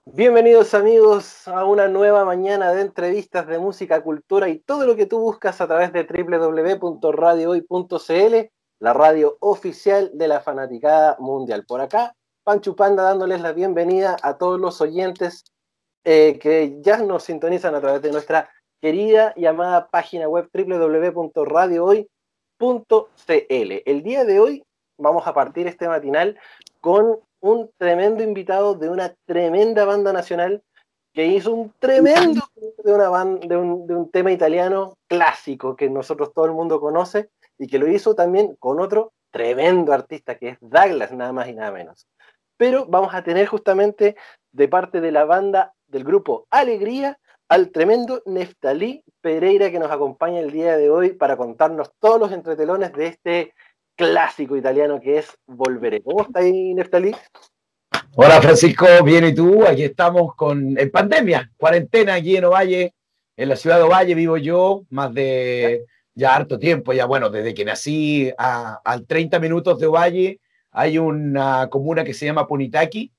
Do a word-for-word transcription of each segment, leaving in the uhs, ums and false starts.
Bienvenidos amigos a una nueva mañana de entrevistas de música, cultura y todo lo que tú buscas a través de doble u doble u doble u punto radio hoy punto c l, la radio oficial de la fanaticada mundial. Por acá, Pancho Panda dándoles la bienvenida a todos los oyentes eh, que ya nos sintonizan a través de nuestra querida y amada página web doble u doble u doble u punto radio hoy punto c l. El día de hoy vamos a partir este matinal con un tremendo invitado de una tremenda banda nacional que hizo un tremendo de, una banda, de, un, de un tema italiano clásico que nosotros todo el mundo conoce y que lo hizo también con otro tremendo artista que es Douglas, nada más y nada menos. Pero vamos a tener justamente de parte de la banda del grupo Alegría al tremendo Neftalí Pereira que nos acompaña el día de hoy para contarnos todos los entretelones de este clásico italiano que es Volveré. ¿Cómo está ahí, Neftalí? Hola Francisco, bien y tú, aquí estamos con en pandemia, cuarentena aquí en Ovalle, en la ciudad de Ovalle vivo yo, más de ya harto tiempo, ya bueno, desde que nací a, a treinta minutos de Ovalle hay una comuna que se llama Punitaqui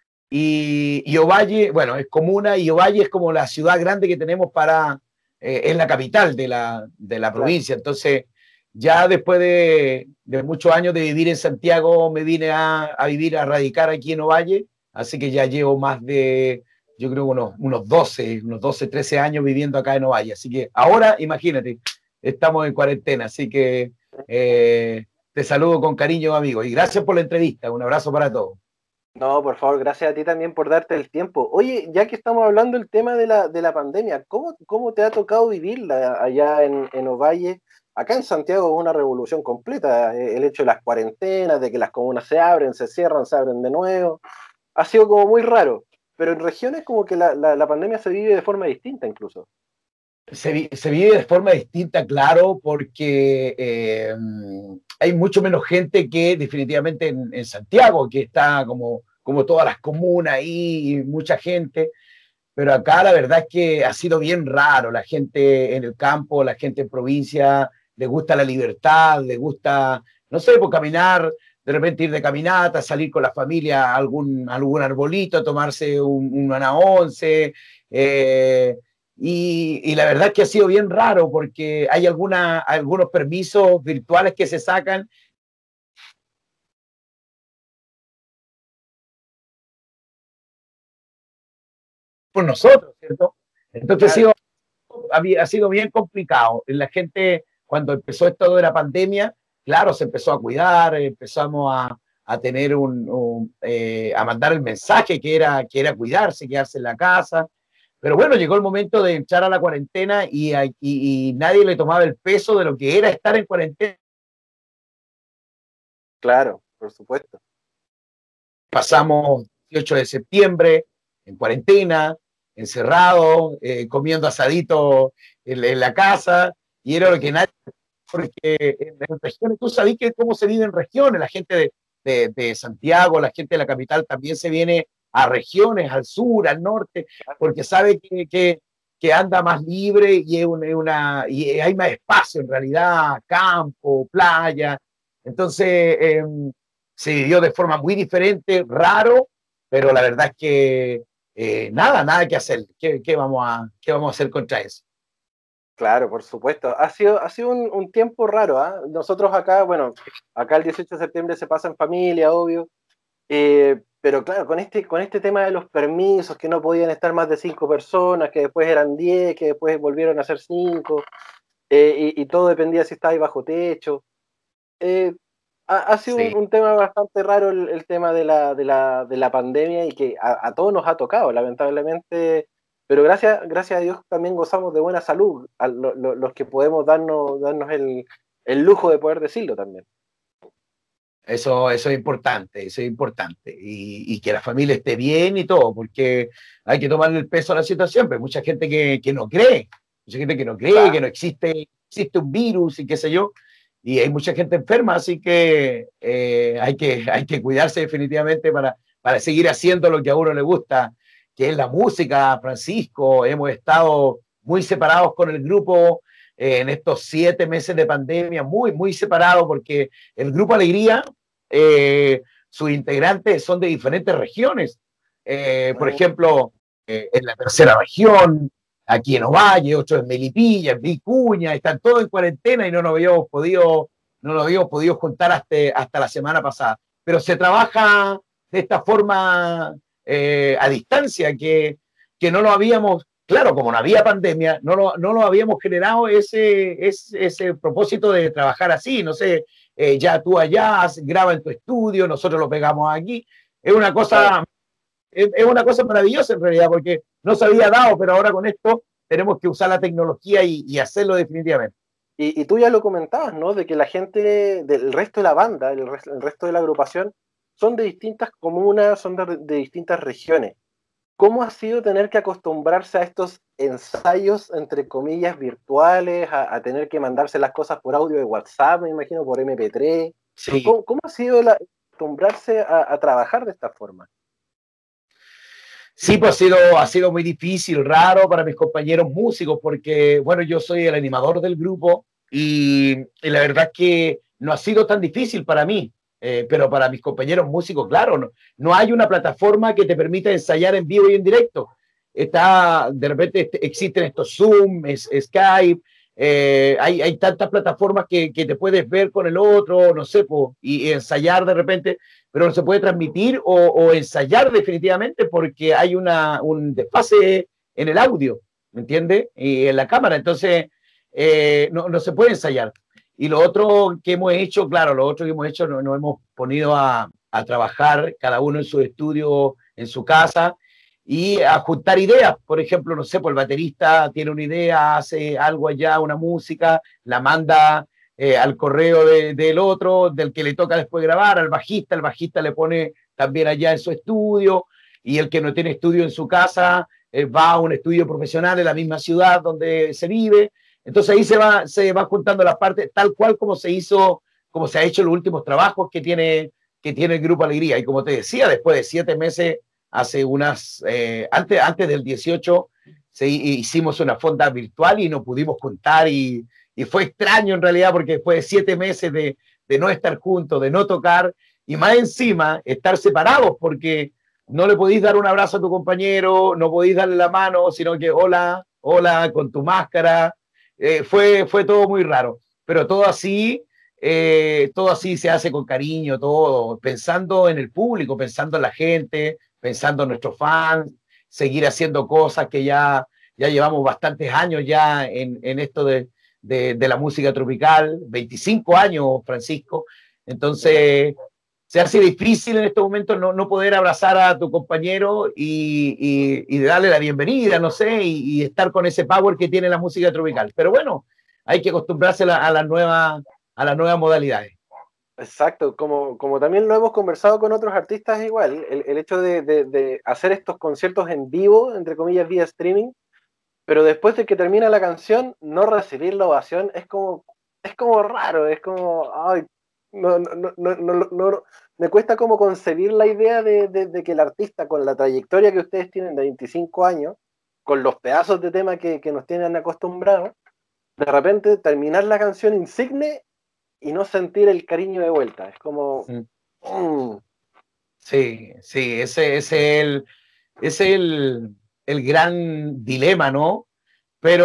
y, y Ovalle, bueno, es comuna y Ovalle es como la ciudad grande que tenemos para, eh, es la capital de la, de la provincia, entonces ya después de, de, muchos años de vivir en Santiago, me vine a, a vivir, a radicar aquí en Ovalle, así que ya llevo más de, yo creo, unos, unos doce, unos doce, trece años viviendo acá en Ovalle. Así que ahora, imagínate, estamos en cuarentena, así que eh, te saludo con cariño, amigo, y gracias por la entrevista. Un abrazo para todos. No, por favor, gracias a ti también por darte el tiempo. Oye, ya que estamos hablando del tema de la, de la pandemia, ¿cómo, cómo te ha tocado vivirla allá en, en Ovalle? Acá en Santiago es una revolución completa, el hecho de las cuarentenas, de que las comunas se abren, se cierran, se abren de nuevo. Ha sido como muy raro, pero en regiones como que la, la, la pandemia se vive de forma distinta incluso. Se, se vive de forma distinta, claro, porque eh, hay mucho menos gente que definitivamente en, en Santiago, que está como, como todas las comunas ahí, y mucha gente. Pero acá la verdad es que ha sido bien raro. La gente en el campo, la gente en provincia, le gusta la libertad, le gusta, no sé, por caminar, de repente ir de caminata, salir con la familia a algún, algún arbolito, tomarse un, una once. Eh, y, y, la verdad es que ha sido bien raro porque hay alguna, algunos permisos virtuales que se sacan. Por nosotros, ¿cierto? Entonces, Claro. sí, había, ha sido bien complicado. La gente, cuando empezó esto de la pandemia, claro, se empezó a cuidar, empezamos a, a tener un, un eh, a mandar el mensaje que era, que era cuidarse, quedarse en la casa. Pero bueno, llegó el momento de echar a la cuarentena y, y, y nadie le tomaba el peso de lo que era estar en cuarentena. Claro, por supuesto. Pasamos dieciocho de septiembre en cuarentena, encerrado, eh, comiendo asadito en, en, la casa, y era lo que nadie, porque en las regiones, tú sabes que cómo se vive en regiones, la gente de, de, de Santiago, la gente de la capital también se viene a regiones, al sur, al norte, porque sabe que, que, que anda más libre y, es una, una, y hay más espacio en realidad, campo, playa. Entonces, eh, se vivió de forma muy diferente, raro, pero la verdad es que eh, nada, nada que hacer. ¿Qué, qué, vamos a, ¿Qué vamos a hacer contra eso? Claro, por supuesto. Ha sido, ha sido un, un tiempo raro, ¿eh? Nosotros acá, bueno, acá el dieciocho de septiembre se pasa en familia, obvio, eh, pero claro, con este, con este tema de los permisos, que no podían estar más de cinco personas, que después eran diez, que después volvieron a ser cinco, eh, y, y todo dependía si estabais bajo techo. Eh, ha, ha sido un, Sí. un tema bastante raro el, el tema de la, de, la, de la pandemia y que a, a todos nos ha tocado, lamentablemente, pero gracias, gracias a Dios también gozamos de buena salud, a lo, lo, los que podemos darnos, darnos el, el lujo de poder decirlo también. Eso, eso es importante, eso es importante. Y, y, que la familia esté bien y todo, porque hay que tomarle el peso a la situación, pero hay mucha gente que, que no cree, mucha gente que no cree, claro, que no existe, existe un virus y qué sé yo, y hay mucha gente enferma, así que, eh, hay, que hay que cuidarse definitivamente para, para seguir haciendo lo que a uno le gusta, que es la música, Francisco. Hemos estado muy separados con el grupo eh, en estos siete meses de pandemia, muy, muy separados, porque el Grupo Alegría, eh, sus integrantes son de diferentes regiones. Eh, por ejemplo, eh, en la tercera región, aquí en Ovalle, otro en Melipilla, en Vicuña, están todos en cuarentena y no nos habíamos podido, no nos habíamos podido juntar hasta, hasta la semana pasada. Pero se trabaja de esta forma eh, a distancia, que, que no lo habíamos, claro, como no había pandemia, no lo, no lo habíamos generado ese, ese, ese propósito de trabajar así, no sé, eh, ya tú allá, graba en tu estudio, nosotros lo pegamos aquí. Es una cosa, es, es una cosa maravillosa en realidad, porque no se había dado, pero ahora con esto tenemos que usar la tecnología y, y hacerlo definitivamente. Y, y tú ya lo comentabas, ¿no? De que la gente del resto de la banda, el, resto, el resto de la agrupación, son de distintas comunas, son de, de distintas regiones. ¿Cómo ha sido tener que acostumbrarse a estos ensayos, entre comillas, virtuales, a, a tener que mandarse las cosas por audio de WhatsApp, me imagino, por eme pe tres? Sí. ¿Cómo, cómo ha sido la, acostumbrarse a, a trabajar de esta forma? Sí, pues ha sido, ha sido muy difícil, raro para mis compañeros músicos, porque, bueno, yo soy el animador del grupo y, y la verdad es que no ha sido tan difícil para mí, eh, pero para mis compañeros músicos, claro, no, no hay una plataforma que te permita ensayar en vivo y en directo. Está, de repente existen estos Zoom, es, Skype, eh, hay, hay tantas plataformas que, que te puedes ver con el otro, no sé, po, y, y ensayar de repente, pero no se puede transmitir o, o ensayar definitivamente porque hay una, un desfase en el audio, ¿me entiendes? Y en la cámara, entonces eh, no, no se puede ensayar. Y lo otro que hemos hecho, claro, lo otro que hemos hecho, nos, nos hemos ponido a, a trabajar cada uno en su estudio, en su casa, y a juntar ideas. Por ejemplo, no sé, pues el baterista tiene una idea, hace algo allá, una música, la manda eh, al correo de, del otro, del que le toca después grabar, al bajista, el bajista le pone también allá en su estudio, y el que no tiene estudio en su casa eh, va a un estudio profesional en la misma ciudad donde se vive. Entonces ahí se va, se va juntando las partes, tal cual como se hizo, como se ha hecho en los últimos trabajos que tiene, que tiene el Grupo Alegría. Y como te decía, después de siete meses, hace unas, eh, antes, antes del dieciocho, se, hicimos una fonda virtual y nos pudimos juntar y, y fue extraño en realidad porque después de siete meses de, de no estar juntos, de no tocar y más encima estar separados porque no le podéis dar un abrazo a tu compañero, no podéis darle la mano, sino que hola, hola, con tu máscara. Eh, fue, fue todo muy raro, pero todo así, eh, todo así se hace con cariño, todo, pensando en el público, pensando en la gente, pensando en nuestros fans, seguir haciendo cosas que ya, ya llevamos bastantes años ya en, en esto de, de, de la música tropical, veinticinco años, Francisco. Entonces, se hace difícil en estos momentos no, no poder abrazar a tu compañero y, y, y darle la bienvenida, no sé, y, y estar con ese power que tiene la música tropical. Pero bueno, hay que acostumbrarse a, a las nuevas a las nuevas modalidades. Exacto, como, como también lo hemos conversado con otros artistas igual, el, el hecho de, de, de hacer estos conciertos en vivo, entre comillas, vía streaming, pero después de que termina la canción, no recibir la ovación es como, es como raro, es como, ay, no, no, no, no, no, no me cuesta como concebir la idea de, de, de que el artista, con la trayectoria que ustedes tienen de veinticinco años, con los pedazos de tema que, que nos tienen acostumbrados, de repente terminar la canción insigne y no sentir el cariño de vuelta. Es como... Mm. Sí, sí, ese, ese es el, ese es el, el gran dilema, ¿no? Pero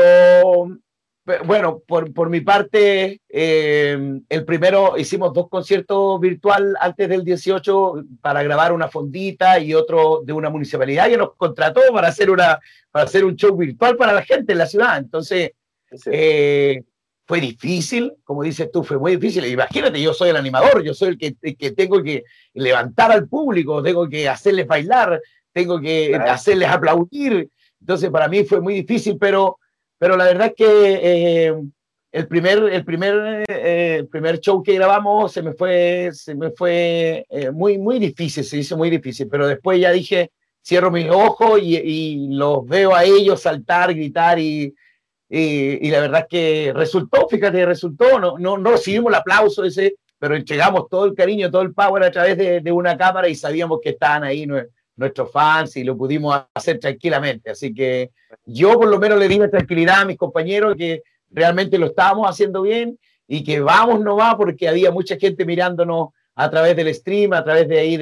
bueno, por, por mi parte, eh, el primero hicimos dos conciertos virtual antes del dieciocho para grabar una fondita y otro de una municipalidad que nos contrató para hacer, una, para hacer un show virtual para la gente en la ciudad. Entonces, sí. eh, fue difícil, como dices tú, fue muy difícil. Imagínate, yo soy el animador, yo soy el que, el que tengo que levantar al público, tengo que hacerles bailar, tengo que claro. hacerles aplaudir. Entonces, para mí fue muy difícil, pero... Pero la verdad es que eh, el, primer, el, primer, eh, el primer show que grabamos se me fue, se me fue eh, muy, muy difícil, se hizo muy difícil. Pero después ya dije, cierro mis ojos y, y los veo a ellos saltar, gritar y, y, y la verdad es que resultó, fíjate, resultó. No, no, no recibimos el aplauso ese, pero entregamos todo el cariño, todo el power a través de, de una cámara y sabíamos que estaban ahí nuestros fans y lo pudimos hacer tranquilamente. Así que yo por lo menos le di la tranquilidad a mis compañeros que realmente lo estábamos haciendo bien y que vamos no va porque había mucha gente mirándonos a través del stream, a través de ahí de,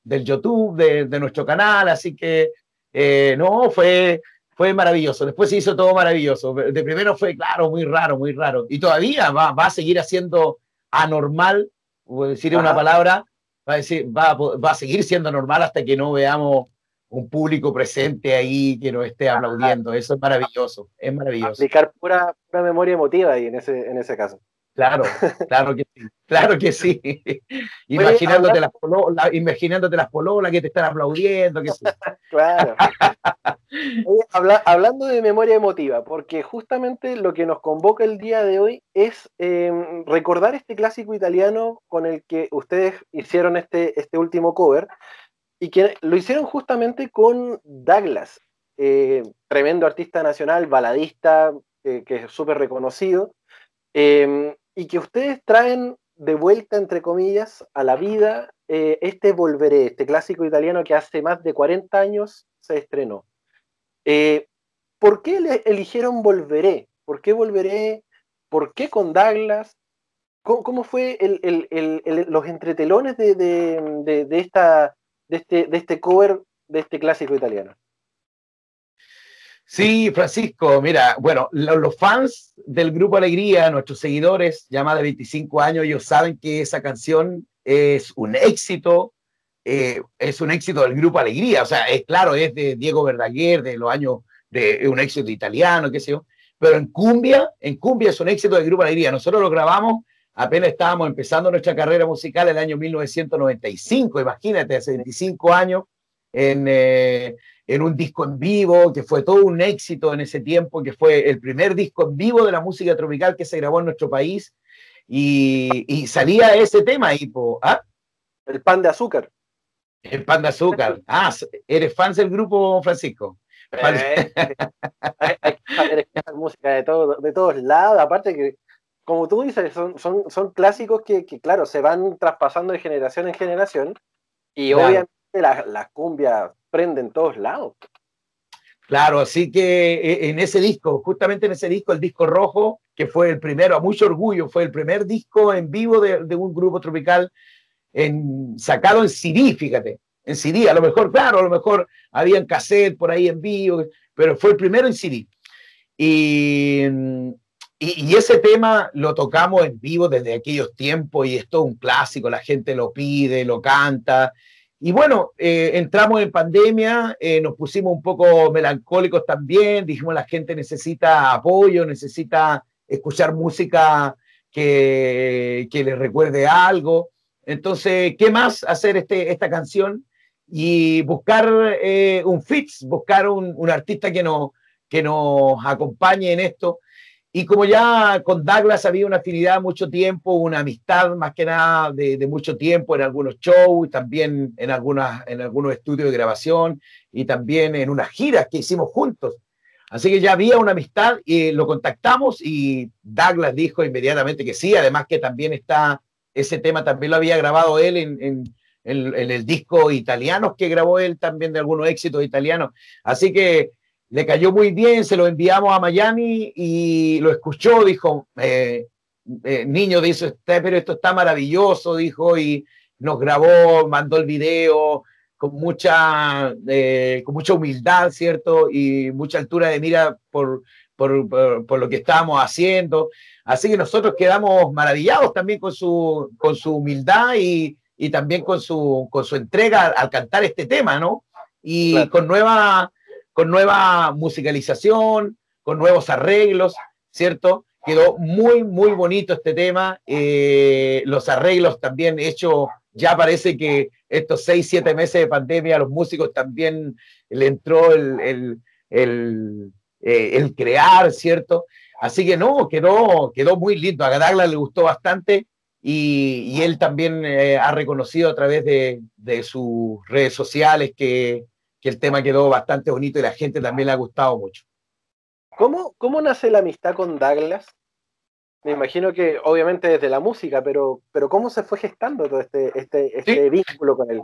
del YouTube, de, de nuestro canal, así que eh, no, fue, fue maravilloso. Después se hizo todo maravilloso. De primero fue, claro, muy raro, muy raro. Y todavía va, va a seguir haciendo anormal, voy a decir una Ajá. palabra, va a, decir, va, va a seguir siendo normal hasta que no veamos un público presente ahí que nos esté aplaudiendo. Eso es maravilloso, es maravilloso. Aplicar pura, pura memoria emotiva ahí en ese, en ese caso. Claro, claro que sí, claro que sí. Oye, Imaginándote, las pololas, imaginándote las pololas que te están aplaudiendo, que sí. claro. Oye, habla, hablando de memoria emotiva, porque justamente lo que nos convoca el día de hoy es eh, recordar este clásico italiano con el que ustedes hicieron este, este último cover, y que lo hicieron justamente con Douglas, eh, tremendo artista nacional, baladista, eh, que es súper reconocido, eh, y que ustedes traen de vuelta, entre comillas, a la vida eh, este Volveré, este clásico italiano que hace más de cuarenta años se estrenó. Eh, ¿Por qué le eligieron Volveré? ¿Por qué Volveré? ¿Por qué con Douglas? ¿Cómo, cómo fue el, el, el, el, los entretelones de, de, de, de, esta, de, este, de este cover de este clásico italiano? Sí, Francisco, mira, bueno, lo, los fans del Grupo Alegría, nuestros seguidores, ya más de veinticinco años, ellos saben que esa canción es un éxito, eh, es un éxito del Grupo Alegría, o sea, es claro, es de Diego Verdaguer, de los años, de un éxito italiano, qué sé yo, pero en cumbia, en cumbia es un éxito del Grupo Alegría. Nosotros lo grabamos, apenas estábamos empezando nuestra carrera musical en el año mil novecientos noventa y cinco, imagínate, hace veinticinco años, en... Eh, en un disco en vivo, que fue todo un éxito en ese tiempo, que fue el primer disco en vivo de la música tropical que se grabó en nuestro país, y, y salía ese tema ahí, po, ¿ah? El pan de azúcar. El pan de azúcar. Ah, ¿eres fan del grupo, Francisco? Eh, hay, hay que saber escuchar música de, todo, de todos lados, aparte que, como tú dices, son, son, son clásicos que, que, claro, se van traspasando de generación en generación, y Claro. obviamente las la cumbias prenden en todos lados. Claro, así que en ese disco, justamente en ese disco, el disco rojo, que fue el primero, a mucho orgullo, fue el primer disco en vivo de, de un grupo tropical en, sacado en C D, fíjate, en C D, a lo mejor, claro, a lo mejor habían cassette por ahí en vivo, pero fue el primero en C D. Y, y, y ese tema lo tocamos en vivo desde aquellos tiempos y es todo un clásico, la gente lo pide, lo canta. Y bueno, eh, entramos en pandemia, eh, nos pusimos un poco melancólicos también, dijimos la gente necesita apoyo, necesita escuchar música que, que les recuerde algo. Entonces, ¿qué más hacer este, esta canción? Y buscar eh, un fit, buscar un, un artista que nos, que nos acompañe en esto. Y como ya con Douglas había una afinidad mucho tiempo, una amistad más que nada de, de mucho tiempo en algunos shows, también en, algunas, en algunos estudios de grabación y también en unas giras que hicimos juntos. Así que ya había una amistad y lo contactamos y Douglas dijo inmediatamente que sí, además que también está, ese tema también lo había grabado él en, en, en, en el disco Italianos que grabó él también de algunos éxitos italianos. Así que le cayó muy bien, se lo enviamos a Miami y lo escuchó, dijo, eh, eh, niño, dice, pero esto está maravilloso, dijo, y nos grabó, mandó el video con mucha, eh, con mucha humildad, ¿cierto? Y mucha altura de mira por, por, por, por lo que estábamos haciendo. Así que nosotros quedamos maravillados también con su, con su humildad y, y también con su, con su entrega al cantar este tema, ¿no? Y claro, con nueva... con nueva musicalización, con nuevos arreglos, ¿cierto? Quedó muy, muy bonito este tema. Eh, los arreglos también hechos, ya parece que estos seis, siete meses de pandemia a los músicos también le entró el, el, el, eh, el crear, ¿cierto? Así que no, quedó, quedó muy lindo. A Douglas le gustó bastante y, y él también eh, ha reconocido a través de, de sus redes sociales que que el tema quedó bastante bonito y la gente también le ha gustado mucho. ¿Cómo, cómo nace la amistad con Douglas? Me imagino que obviamente desde la música, pero, pero ¿cómo se fue gestando todo este, este, este ¿sí? vínculo con él?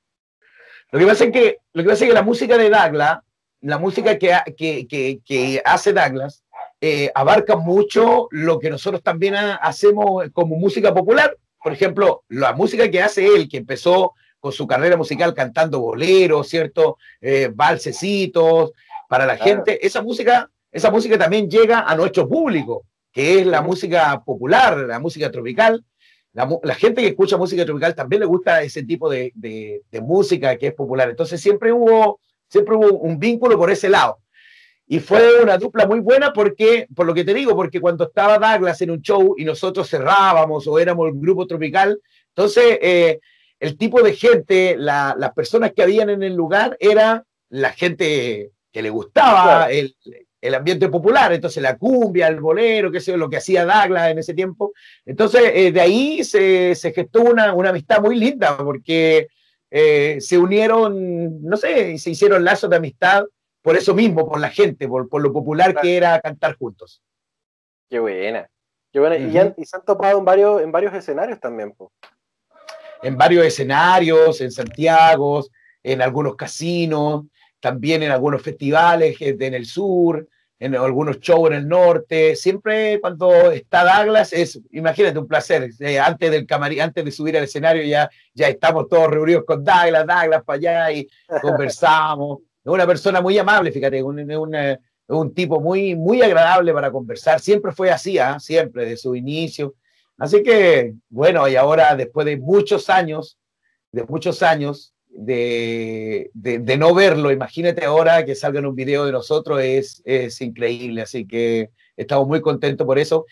Lo que pasa es que, lo que, pasa es que la música de Douglas, la música que, que, que, que hace Douglas, eh, abarca mucho lo que nosotros también hacemos como música popular. Por ejemplo, la música que hace él, que empezó con su carrera musical cantando boleros, ¿cierto? Eh, valsecitos para la Claro. gente. Esa música, esa música también llega a nuestro público, que es la Ujú. música popular, la música tropical. La, la gente que escucha música tropical también le gusta ese tipo de, de, de música que es popular. Entonces siempre hubo, siempre hubo un vínculo por ese lado. Y fue Claro. una dupla muy buena porque, por lo que te digo, porque cuando estaba Douglas en un show y nosotros cerrábamos o éramos el grupo tropical, entonces eh, el tipo de gente, la, las personas que habían en el lugar era la gente que le gustaba Claro. el, el ambiente popular, entonces la cumbia, el bolero, qué sé yo, lo que hacía Douglas en ese tiempo. Entonces eh, de ahí se, se gestó una, una amistad muy linda porque eh, se unieron, no sé, se hicieron lazos de amistad por eso mismo, por la gente, por, por lo popular Claro. que era cantar juntos. Qué buena. Qué buena. Uh Y, -huh. han, y se han topado en varios, en varios escenarios también, po. En varios escenarios, en Santiago, en algunos casinos, también en algunos festivales en el sur, en algunos shows en el norte. Siempre cuando está Douglas es, imagínate, un placer. Eh, antes del camarín, antes de subir al escenario ya, ya estamos todos reunidos con Douglas, Douglas para allá y conversamos. Es una persona muy amable, fíjate, un, un, un tipo muy, muy agradable para conversar. Siempre fue así, ¿eh? Siempre, de su inicio. Así que, bueno, y ahora después de muchos años, de muchos años de, de, de no verlo, imagínate ahora que salga en un video de nosotros, es, es increíble. Así que estamos muy contentos por eso.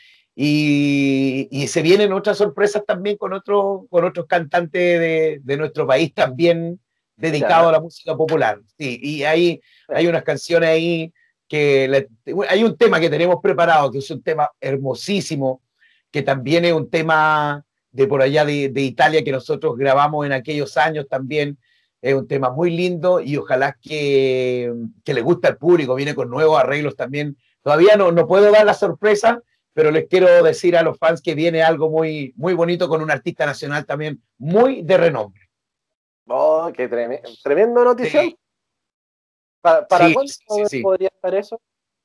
Y, y se vienen otras sorpresas también con, otro, con otros cantantes de, de nuestro país también dedicados a la música popular. Sí, y hay, hay unas canciones ahí que le, hay un tema que tenemos preparado, que es un tema hermosísimo, que también es un tema de por allá de, de Italia que nosotros grabamos en aquellos años también. Es un tema muy lindo y ojalá que, que le guste al público, viene con nuevos arreglos también. Todavía no, no puedo dar la sorpresa, pero les quiero decir a los fans que viene algo muy, muy bonito con un artista nacional también muy de renombre. Oh, qué tremendo, tremendo notición. Sí. ¿Para, para Sí, cuándo sí, sí. podría estar eso?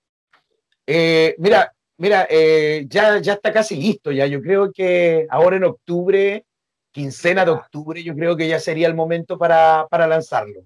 Eh, mira, mira eh, ya, ya está casi listo ya. Yo creo que ahora en octubre, quincena de octubre, yo creo que ya sería el momento para, para lanzarlo.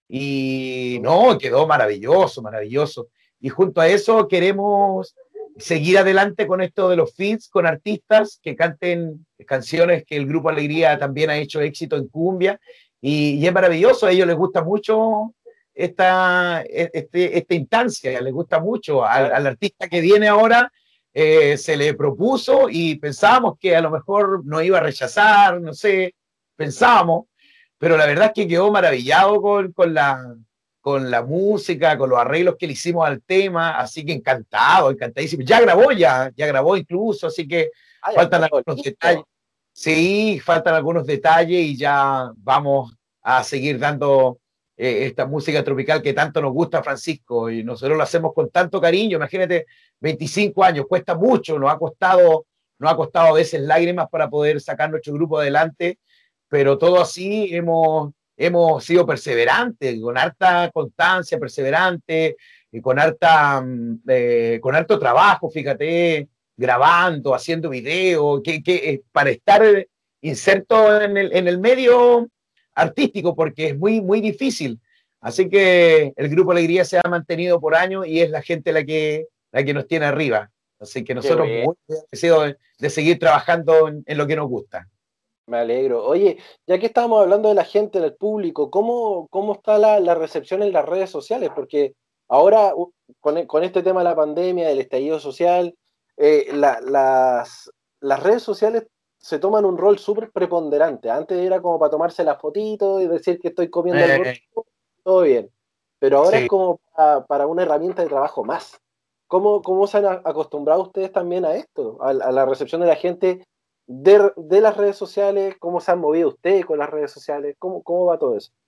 Y no, quedó maravilloso, maravilloso. Y junto a eso queremos seguir adelante con esto de los feats, con artistas que canten canciones que el Grupo Alegría también ha hecho éxito en cumbia. Y, y es maravilloso, a ellos les gusta mucho esta, este, esta instancia, les gusta mucho. Al, Claro. al artista que viene ahora eh, se le propuso y pensábamos que a lo mejor nos iba a rechazar, no sé, pensábamos, pero la verdad es que quedó maravillado con, con, la, con la música, con los arreglos que le hicimos al tema, así que encantado, encantadísimo. Ya grabó, ya, ya grabó incluso, así que Ah, ya faltan está todo algunos listo. detalles. Sí, faltan algunos detalles y ya vamos a seguir dando eh, esta música tropical que tanto nos gusta, Francisco, y nosotros lo hacemos con tanto cariño. Imagínate, veinticinco años, cuesta mucho, nos ha costado, nos ha costado a veces lágrimas para poder sacar nuestro grupo adelante, pero todo así hemos, hemos sido perseverantes, con harta constancia, perseverante, y con, harta, eh, con harto trabajo, fíjate, grabando, haciendo videos, que, que, para estar inserto en el, en el medio artístico, porque es muy, muy difícil. Así que el Grupo Alegría se ha mantenido por años y es la gente la que, la que nos tiene arriba. Así que nosotros muy agradecidos de, de seguir trabajando en, en lo que nos gusta. Me alegro. Oye, ya que estábamos hablando de la gente, del público, ¿cómo, cómo está la, la recepción en las redes sociales? Porque ahora, con, con este tema de la pandemia, del estallido social, eh, la, las, las redes sociales se toman un rol súper preponderante. Antes era como para tomarse las fotitos y decir que estoy comiendo Eh, algo, todo bien. Pero ahora sí. es como para, para una herramienta de trabajo más. ¿Cómo, cómo se han acostumbrado ustedes también a esto? A, a la recepción de la gente de, de las redes sociales, ¿cómo se han movido ustedes con las redes sociales? ¿Cómo, cómo va todo eso?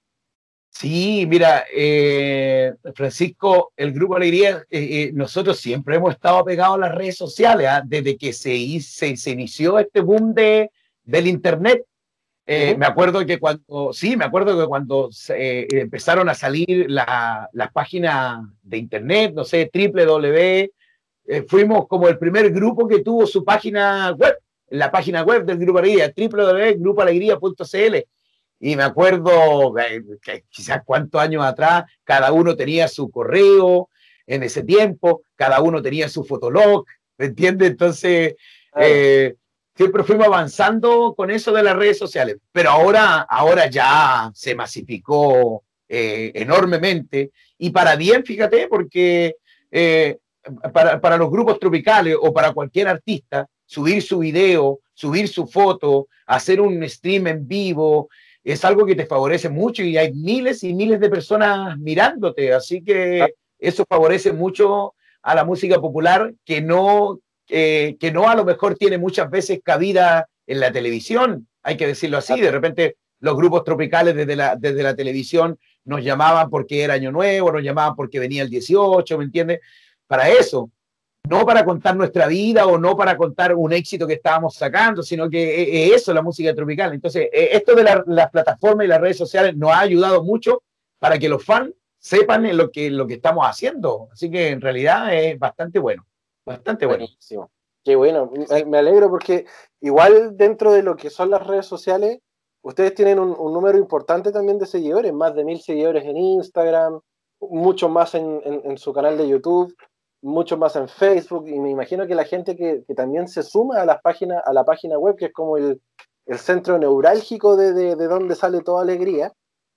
Sí, mira, eh, Francisco, el Grupo Alegría, eh, eh, nosotros siempre hemos estado pegados a las redes sociales, ¿eh? Desde que se, se, se inició este boom de, del Internet. Eh, Uh-huh. Me acuerdo que cuando, sí, me acuerdo que cuando eh, empezaron a salir la, las páginas de Internet, no sé, doble u doble u doble u, eh, fuimos como el primer grupo que tuvo su página web, la página web del Grupo Alegría, doble u doble u doble u punto grupo alegría punto c l. y me acuerdo eh, que quizás cuántos años atrás cada uno tenía su correo en ese tiempo, cada uno tenía su fotolog, ¿me entiendes? Entonces, Claro. eh, siempre fuimos avanzando con eso de las redes sociales, pero ahora, ahora ya se masificó eh, enormemente y para bien, fíjate, porque eh, para, para los grupos tropicales o para cualquier artista, subir su video, subir su foto, hacer un stream en vivo, es algo que te favorece mucho y hay miles y miles de personas mirándote, así que eso favorece mucho a la música popular que no, eh, que no a lo mejor tiene muchas veces cabida en la televisión, hay que decirlo así, de repente los grupos tropicales desde la, desde la televisión nos llamaban porque era Año Nuevo, nos llamaban porque venía el dieciocho, ¿me entiendes? Para eso, no para contar nuestra vida o no para contar un éxito que estábamos sacando, sino que es eso la música tropical. Entonces, esto de la, las plataformas y las redes sociales nos ha ayudado mucho para que los fans sepan lo que, lo que estamos haciendo. Así que en realidad es bastante bueno, bastante bueno. Buenísimo. Qué bueno, me, me alegro porque igual dentro de lo que son las redes sociales, ustedes tienen un, un número importante también de seguidores, más de mil seguidores en Instagram, mucho más en, en, en su canal de YouTube, mucho más en Facebook, y me imagino que la gente que, que también se suma a las páginas, a la página web, que es como el, el centro neurálgico de, de, de donde sale toda alegría,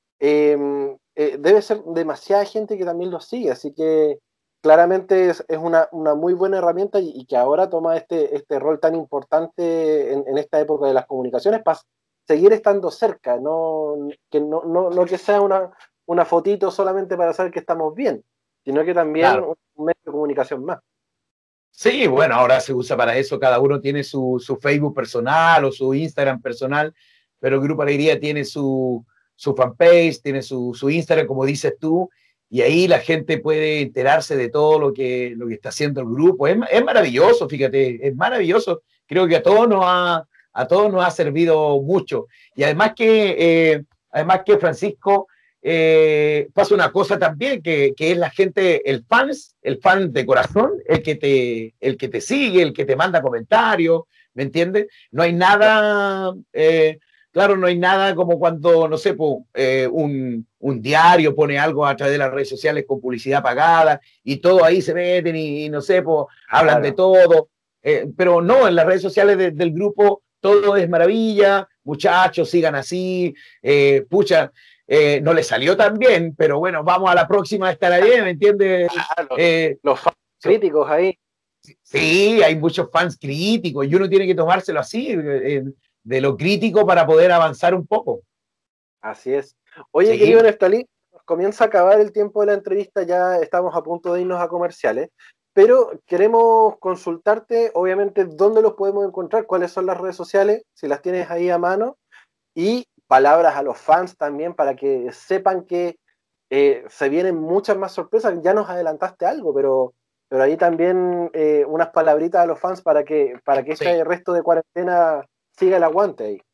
eh, eh, debe ser demasiada gente que también los sigue, así que claramente es, es una, una, muy buena herramienta y, y que ahora toma este, este rol tan importante en, en esta época de las comunicaciones para seguir estando cerca, no que, no, no, no que sea una, una fotito solamente para saber que estamos bien, sino que también Claro. un medio de comunicación más. Sí, bueno, ahora se usa para eso, cada uno tiene su, su Facebook personal o su Instagram personal, pero el Grupo Alegría tiene su, su fanpage, tiene su, su Instagram, como dices tú, y ahí la gente puede enterarse de todo lo que, lo que está haciendo el grupo. Es, es maravilloso, fíjate, es maravilloso. Creo que a todos nos ha, a todos nos ha servido mucho. Y además que, eh, además que Francisco, eh, pasa una cosa también, que, que es la gente, el fans, el fan de corazón, el que, te, el que te sigue, el que te manda comentarios, ¿me entiendes? No hay nada... Eh, Claro, no hay nada como cuando, no sé, po, eh, un, un diario pone algo a través de las redes sociales con publicidad pagada y todo ahí se meten y, y no sé, po, hablan de Claro. todo. Eh, pero no, en las redes sociales de, del grupo todo es maravilla, muchachos, sigan así, eh, pucha, eh, no les salió tan bien, pero bueno, vamos a la próxima, estará bien, ¿me entiendes? Claro. Eh, Los fans so, críticos ahí. sí, hay muchos fans críticos y uno tiene que tomárselo así. Eh, de lo crítico para poder avanzar un poco. Así es. Oye, Sí. querido Neftalí, nos comienza a acabar el tiempo de la entrevista, ya estamos a punto de irnos a comerciales, pero queremos consultarte, obviamente, dónde los podemos encontrar, cuáles son las redes sociales, si las tienes ahí a mano, y palabras a los fans también para que sepan que eh, se vienen muchas más sorpresas. Ya nos adelantaste algo, pero, pero ahí también eh, unas palabritas a los fans para que, para que este Sí. resto de cuarentena siga el aguante ahí.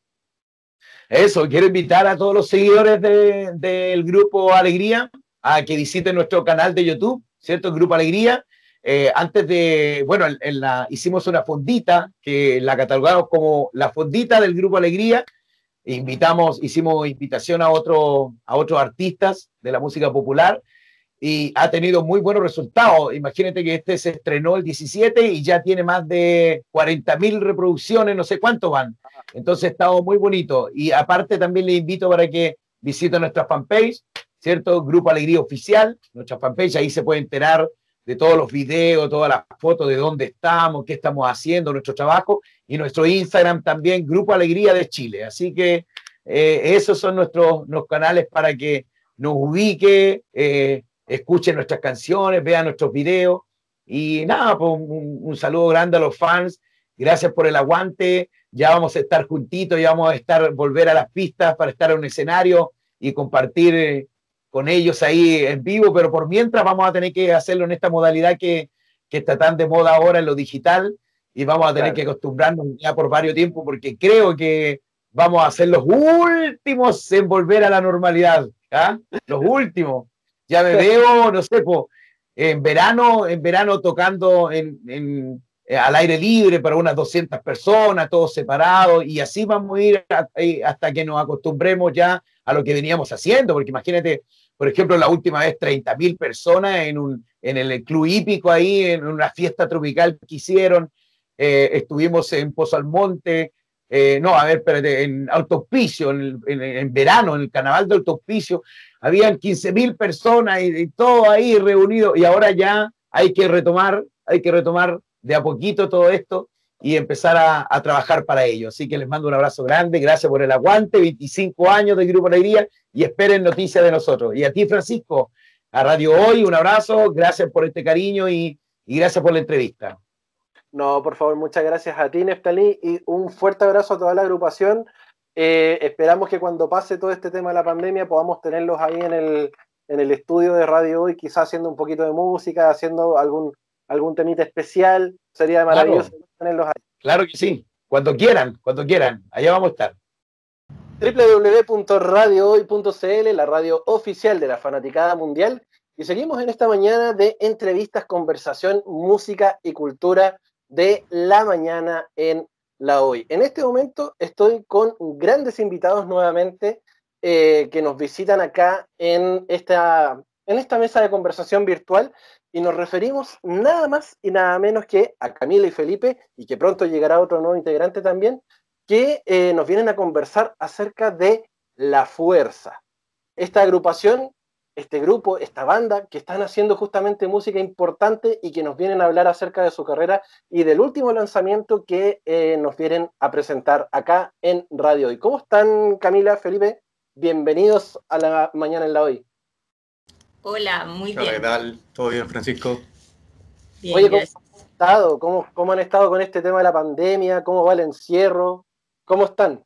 Eso, quiero invitar a todos los seguidores de, del Grupo Alegría a que visiten nuestro canal de YouTube, ¿cierto? El Grupo Alegría. Eh, antes de, bueno, en, en la, hicimos una fondita que la catalogamos como la fondita del Grupo Alegría. Invitamos, hicimos invitación a, otro, a otros artistas de la música popular y ha tenido muy buenos resultados. Imagínate que este se estrenó el diecisiete y ya tiene más de cuarenta mil reproducciones, no sé cuántos van. Entonces ha estado muy bonito. Y aparte también les invito para que visiten nuestra fanpage, ¿cierto? Grupo Alegría Oficial, nuestra fanpage, ahí se puede enterar de todos los videos, todas las fotos de dónde estamos, qué estamos haciendo, nuestro trabajo, y nuestro Instagram también, Grupo Alegría de Chile. Así que eh, esos son nuestros, nuestros canales para que nos ubique, eh, escuchen nuestras canciones, vean nuestros videos. Y nada, pues un, un saludo grande a los fans. Gracias por el aguante. Ya vamos a estar juntitos, ya vamos a estar, volver a las pistas para estar en un escenario y compartir eh, con ellos ahí en vivo, pero por mientras vamos a tener que hacerlo en esta modalidad que, que está tan de moda ahora en lo digital y vamos a tener Claro. que acostumbrarnos ya por varios tiempos porque creo que vamos a ser los últimos en volver a la normalidad, ¿ah? Los últimos. Ya me veo, no sé, po, en verano, en verano tocando en, en, eh, al aire libre para unas doscientas personas, todos separados, y así vamos a ir a, a, hasta que nos acostumbremos ya a lo que veníamos haciendo, porque imagínate, por ejemplo, la última vez treinta mil personas en, un, en el Club Hípico ahí, en una fiesta tropical que hicieron, eh, estuvimos en Pozo Almonte, eh, no, a ver, espérate, en Alto Hospicio, en, en, en verano, en el carnaval de Alto Hospicio, habían quince mil personas y, y todo ahí reunido, y ahora ya hay que retomar, hay que retomar de a poquito todo esto y empezar a, a trabajar para ello. Así que les mando un abrazo grande, gracias por el aguante, veinticinco años del Grupo Alegría, y esperen noticias de nosotros. Y a ti, Francisco, a Radio Hoy, un abrazo, gracias por este cariño y, y gracias por la entrevista. No, por favor, muchas gracias a ti, Neftalí, y un fuerte abrazo a toda la agrupación. Eh, esperamos que cuando pase todo este tema de la pandemia podamos tenerlos ahí en el, en el estudio de Radio Hoy, quizás haciendo un poquito de música, haciendo algún, algún temita especial. Sería maravilloso Claro, tenerlos ahí. Claro que sí, cuando quieran, cuando quieran, allá vamos a estar. doble u doble u doble u punto radio hoy punto c l, la radio oficial de la Fanaticada Mundial, y seguimos en esta mañana de entrevistas, conversación, música y cultura de la mañana en La Hoy. En este momento estoy con grandes invitados nuevamente eh, que nos visitan acá en esta, en esta mesa de conversación virtual, y nos referimos nada más y nada menos que a Camila y Felipe, y que pronto llegará otro nuevo integrante también, que eh, nos vienen a conversar acerca de La Fuerza. Esta agrupación, este grupo, esta banda, que están haciendo justamente música importante y que nos vienen a hablar acerca de su carrera y del último lanzamiento que eh, nos vienen a presentar acá en Radio Hoy. ¿Cómo están, Camila, Felipe? Bienvenidos a la mañana en La Hoy. Hola, muy Hola, bien. ¿qué tal? ¿Todo bien, Francisco? Bien, Oye, ¿cómo gracias. han estado? ¿Cómo, ¿Cómo han estado con este tema de la pandemia? ¿Cómo va el encierro? ¿Cómo están?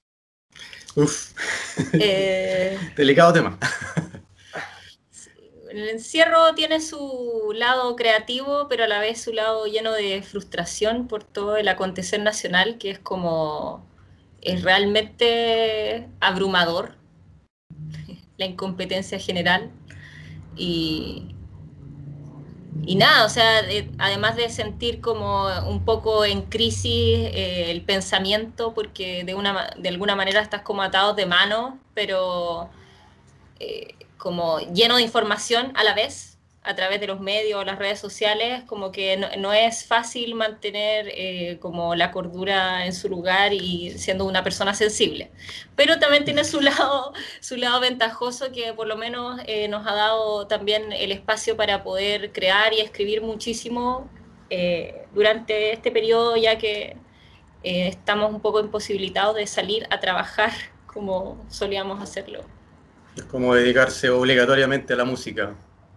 Uf, Eh, delicado tema. el encierro tiene su lado creativo, pero a la vez su lado lleno de frustración por todo el acontecer nacional, que es como, es realmente abrumador, la incompetencia general. Y, y nada, o sea, de, además de sentir como un poco en crisis eh, el pensamiento, porque de, una, de alguna manera estás como atado de mano, pero eh, como lleno de información a la vez, a través de los medios o las redes sociales, como que no, no es fácil mantener eh, como la cordura en su lugar y siendo una persona sensible. Pero también tiene su lado, su lado ventajoso, que por lo menos eh, nos ha dado también el espacio para poder crear y escribir muchísimo eh, durante este periodo, ya que eh, estamos un poco imposibilitados de salir a trabajar como solíamos hacerlo. Es como dedicarse obligatoriamente a la música.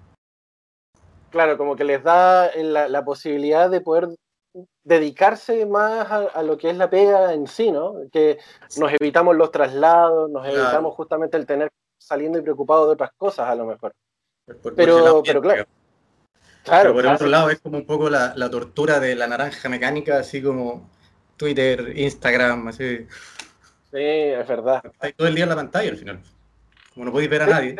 Claro, como que les da la, la posibilidad de poder dedicarse más a, a lo que es la pega en sí, ¿no? Que nos evitamos los traslados, nos Claro. evitamos justamente el tener saliendo y preocupado de otras cosas a lo mejor. Por- por Pero, ese lado, pero bien, claro, creo. claro, Pero por claro, otro lado es como un poco la, la tortura de la naranja mecánica, así como Twitter, Instagram, así. sí, es verdad. Estáis todo el día en la pantalla al final. Como no podéis ver a nadie.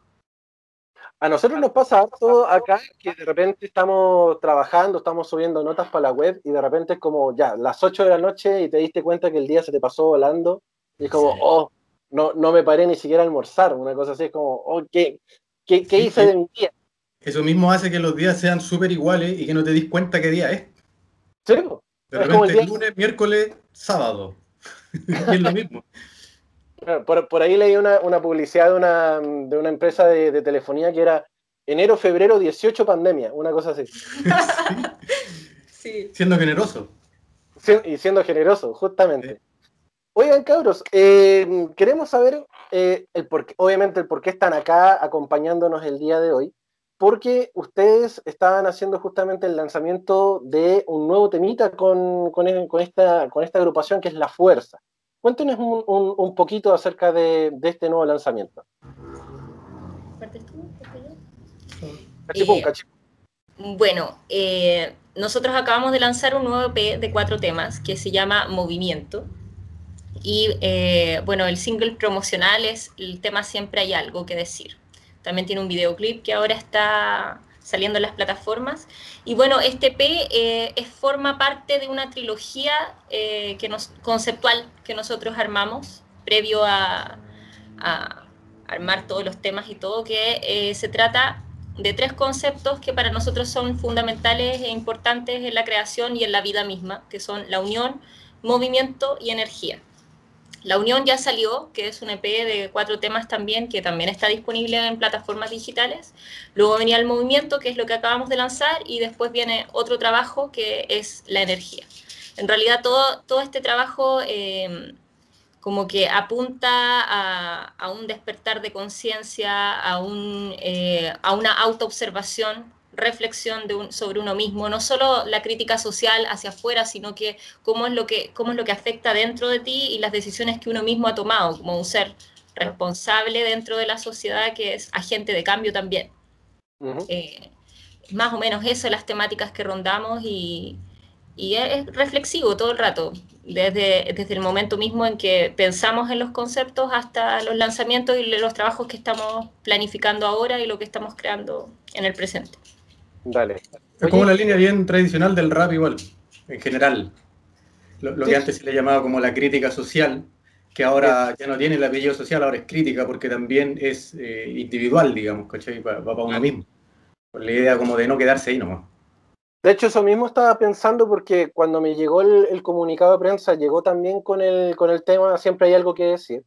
A nosotros nos pasa harto acá que de repente estamos trabajando, estamos subiendo notas para la web y de repente es como ya, las ocho de la noche y te diste cuenta que el día se te pasó volando y es como, Sí. oh, no, no me paré ni siquiera a almorzar, una cosa así, es como, oh, ¿qué, qué, qué Sí, hice sí. de mi día? Eso mismo hace que los días sean súper iguales y que no te dis cuenta qué día es. Sí, po. De Es como el repente día, lunes, miércoles, sábado. Y es lo mismo. por, por ahí leí una, una publicidad de una, de una empresa de, de telefonía que era enero, febrero, dieciocho pandemia, una cosa así. Sí, Sí. siendo generoso. Si- Y siendo generoso, justamente. Oigan, cabros, eh, queremos saber, eh, el por qué- obviamente, el por qué están acá acompañándonos el día de hoy, porque ustedes estaban haciendo justamente el lanzamiento de un nuevo temita con, con, e- con esta, con esta agrupación que es La Fuerza. Cuéntenos un, un- un poquito acerca de, de este nuevo lanzamiento. ¿Partes tú? ¿Parto yo? Cachipún, Eh, cachipún. Bueno, eh, nosotros acabamos de lanzar un nuevo E P de cuatro temas que se llama Movimiento. Y eh, bueno, el single promocional es el tema Siempre hay algo que decir. También tiene un videoclip que ahora está saliendo en las plataformas. Y bueno, este E P eh, es, forma parte de una trilogía eh, que nos, conceptual que nosotros armamos previo a, a armar todos los temas y todo, que eh, se trata de tres conceptos que para nosotros son fundamentales e importantes en la creación y en la vida misma, que son la unión, movimiento y energía. La unión ya salió, que es un E P de cuatro temas también, que también está disponible en plataformas digitales. Luego venía el movimiento, que es lo que acabamos de lanzar, y después viene otro trabajo, que es la energía. En realidad todo, todo este trabajo eh, como que apunta a, a un despertar de conciencia, a, un, eh, a una autoobservación, reflexión de un, sobre uno mismo, no solo la crítica social hacia afuera, sino que cómo es lo que cómo es lo que afecta dentro de ti y las decisiones que uno mismo ha tomado como un ser responsable dentro de la sociedad, que es agente de cambio también. Uh-huh. eh, más o menos eso, las temáticas que rondamos, y, y es reflexivo todo el rato, desde, desde el momento mismo en que pensamos en los conceptos hasta los lanzamientos y los trabajos que estamos planificando ahora y lo que estamos creando en el presente. Dale. Es como la línea bien tradicional del rap igual, en general. Lo, lo sí. que antes se le llamaba como la crítica social, que ahora ya no tiene el apellido social, ahora es crítica, porque también es eh, individual, digamos, ¿cachai? Va, va para uno mismo. Con la idea como de no quedarse ahí nomás. De hecho, eso mismo estaba pensando, porque cuando me llegó el, el comunicado de prensa, llegó también con el, con el tema Siempre hay algo que decir.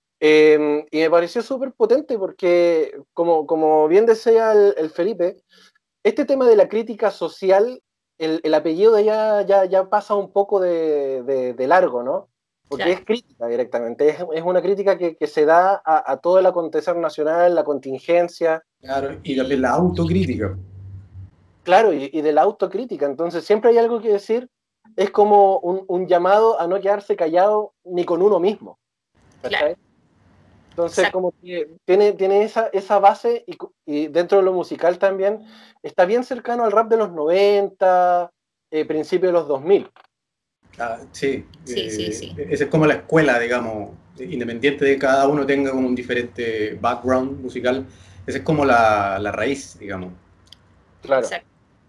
Eh, y me pareció súper potente porque, como, como bien decía el, el Felipe, este tema de la crítica social, el, el apellido de ella ya, ya pasa un poco de, de, de largo, ¿no? Porque claro. es crítica directamente, es, es una crítica que, que se da a, a todo el acontecer nacional, la contingencia. Claro, y también la autocrítica. Claro, y, y de la autocrítica, entonces siempre hay algo que decir, es como un, un llamado a no quedarse callado ni con uno mismo. Claro. Entonces, Exacto. como que tiene, tiene esa, esa base, y, y dentro de lo musical también, está bien cercano al rap de los noventa, eh, principios de los dos mil. Ah, sí, sí, eh, sí, sí. Esa es como la escuela, digamos, independiente de que cada uno tenga como un diferente background musical, esa es como la, la raíz, digamos. Claro. Exacto.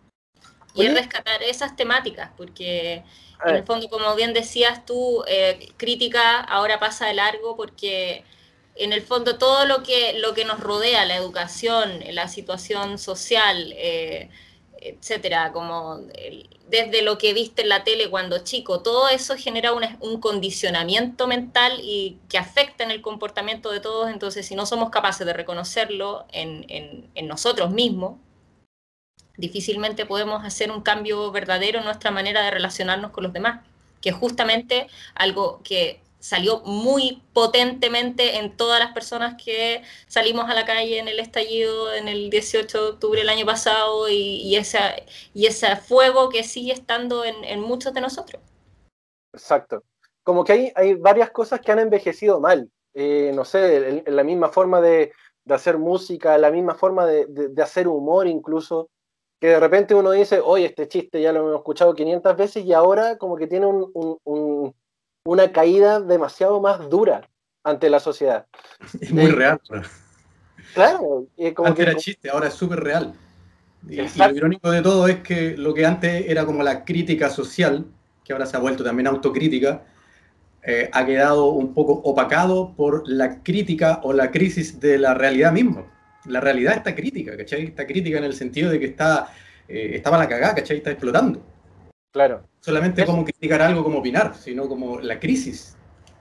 Y es rescatar esas temáticas, porque en el fondo, como bien decías tú, eh, crítica ahora pasa de largo, porque en el fondo todo lo que, lo que nos rodea, la educación, la situación social, eh, etcétera, como el, desde lo que viste en la tele cuando chico, todo eso genera una, un condicionamiento mental y que afecta en el comportamiento de todos. Entonces, si no somos capaces de reconocerlo en, en, en nosotros mismos, difícilmente podemos hacer un cambio verdadero en nuestra manera de relacionarnos con los demás, que es justamente algo que salió muy potentemente en todas las personas que salimos a la calle en el estallido en el dieciocho de octubre del año pasado, y, y, esa, y ese fuego que sigue estando en, en muchos de nosotros. Exacto. Como que hay, hay varias cosas que han envejecido mal. Eh, no sé, en, en la misma forma de, de hacer música, la misma forma de, de, de hacer humor incluso, que de repente uno dice, oye, este chiste ya lo hemos escuchado quinientas veces, y ahora como que tiene un, un, un, una caída demasiado más dura ante la sociedad. Es muy eh, real. Bro. Claro. Eh, como antes que, era chiste, ahora es súper real. Y, y lo irónico de todo es que lo que antes era como la crítica social, que ahora se ha vuelto también autocrítica, eh, ha quedado un poco opacado por la crítica o la crisis de la realidad misma. La realidad está crítica, ¿cachai? Está crítica en el sentido de que está, eh, estaba la cagada, ¿cachai? Está explotando. Claro. Solamente es como criticar algo como opinar, sino como la crisis.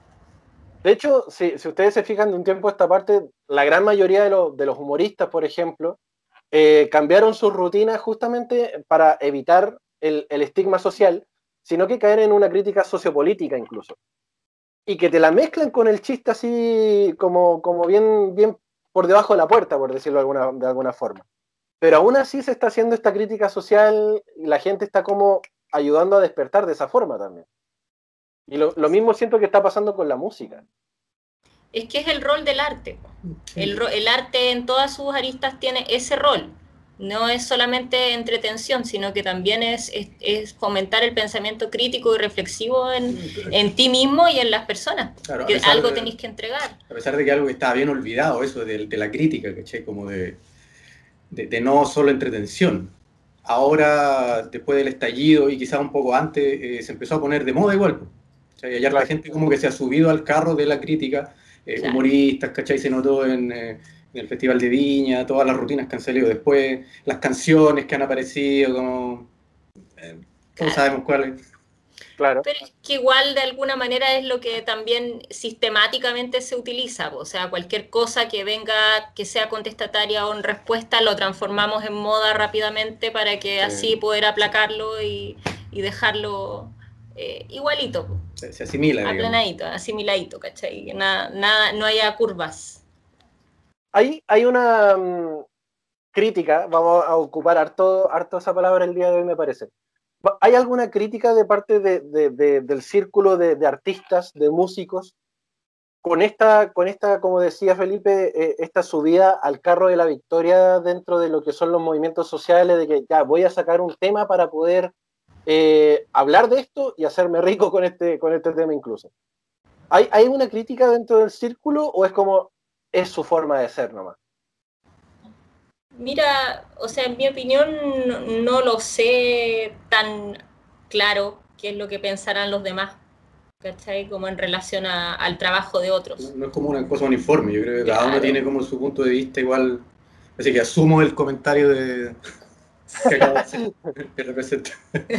De hecho, si, si ustedes se fijan de un tiempo a esta parte, la gran mayoría de, lo, de los humoristas, por ejemplo, eh, cambiaron sus rutinas justamente para evitar el, el estigma social, sino que caer en una crítica sociopolítica incluso. Y que te la mezclan con el chiste así como, como bien, bien por debajo de la puerta, por decirlo de alguna, de alguna forma. Pero aún así se está haciendo esta crítica social y la gente está como ayudando a despertar de esa forma también. Y lo, lo mismo siento que está pasando con la música. Es que es el rol del arte. El, el arte en todas sus aristas tiene ese rol. No es solamente entretención, sino que también es, es, es fomentar el pensamiento crítico y reflexivo en, en ti mismo y en las personas. Claro, que algo de, tenéis que entregar. A pesar de que algo que está bien olvidado, eso de, de la crítica, ¿cachai? Como de, de, de no solo entretención. Ahora, después del estallido y quizás un poco antes, eh, se empezó a poner de moda igual. O sea, hay harta Claro. gente como que se ha subido al carro de la crítica, eh, Claro. humoristas, ¿cachai? Se notó en, eh, en el Festival de Viña, todas las rutinas que han salido después, las canciones que han aparecido, como... Eh, todos Claro. sabemos cuáles. Claro. Pero es que igual de alguna manera es lo que también sistemáticamente se utiliza, o sea, cualquier cosa que venga, que sea contestataria o en respuesta, lo transformamos en moda rápidamente para que Sí. así poder aplacarlo y, y dejarlo eh, igualito, Se, se asimila, digamos. aplanadito, asimiladito, ¿cachai? Que nada, nada, no haya curvas. Hay, hay una um, crítica, vamos a ocupar harto, harto esa palabra el día de hoy, me parece. ¿Hay alguna crítica de parte de, de, de, del círculo de, de artistas, de músicos, con esta, con esta, como decía Felipe, eh, esta subida al carro de la victoria dentro de lo que son los movimientos sociales, de que ya voy a sacar un tema para poder eh, hablar de esto y hacerme rico con este, con este tema incluso? ¿Hay, ¿Hay una crítica dentro del círculo o es como es su forma de ser nomás? Mira, o sea, en mi opinión no, no lo sé tan claro qué es lo que pensarán los demás, ¿cachai? Como en relación a, al trabajo de otros. No, no es como una cosa uniforme, yo creo que cada Claro. uno tiene como su punto de vista igual, así que asumo el comentario de que acabo de hacer, que representa.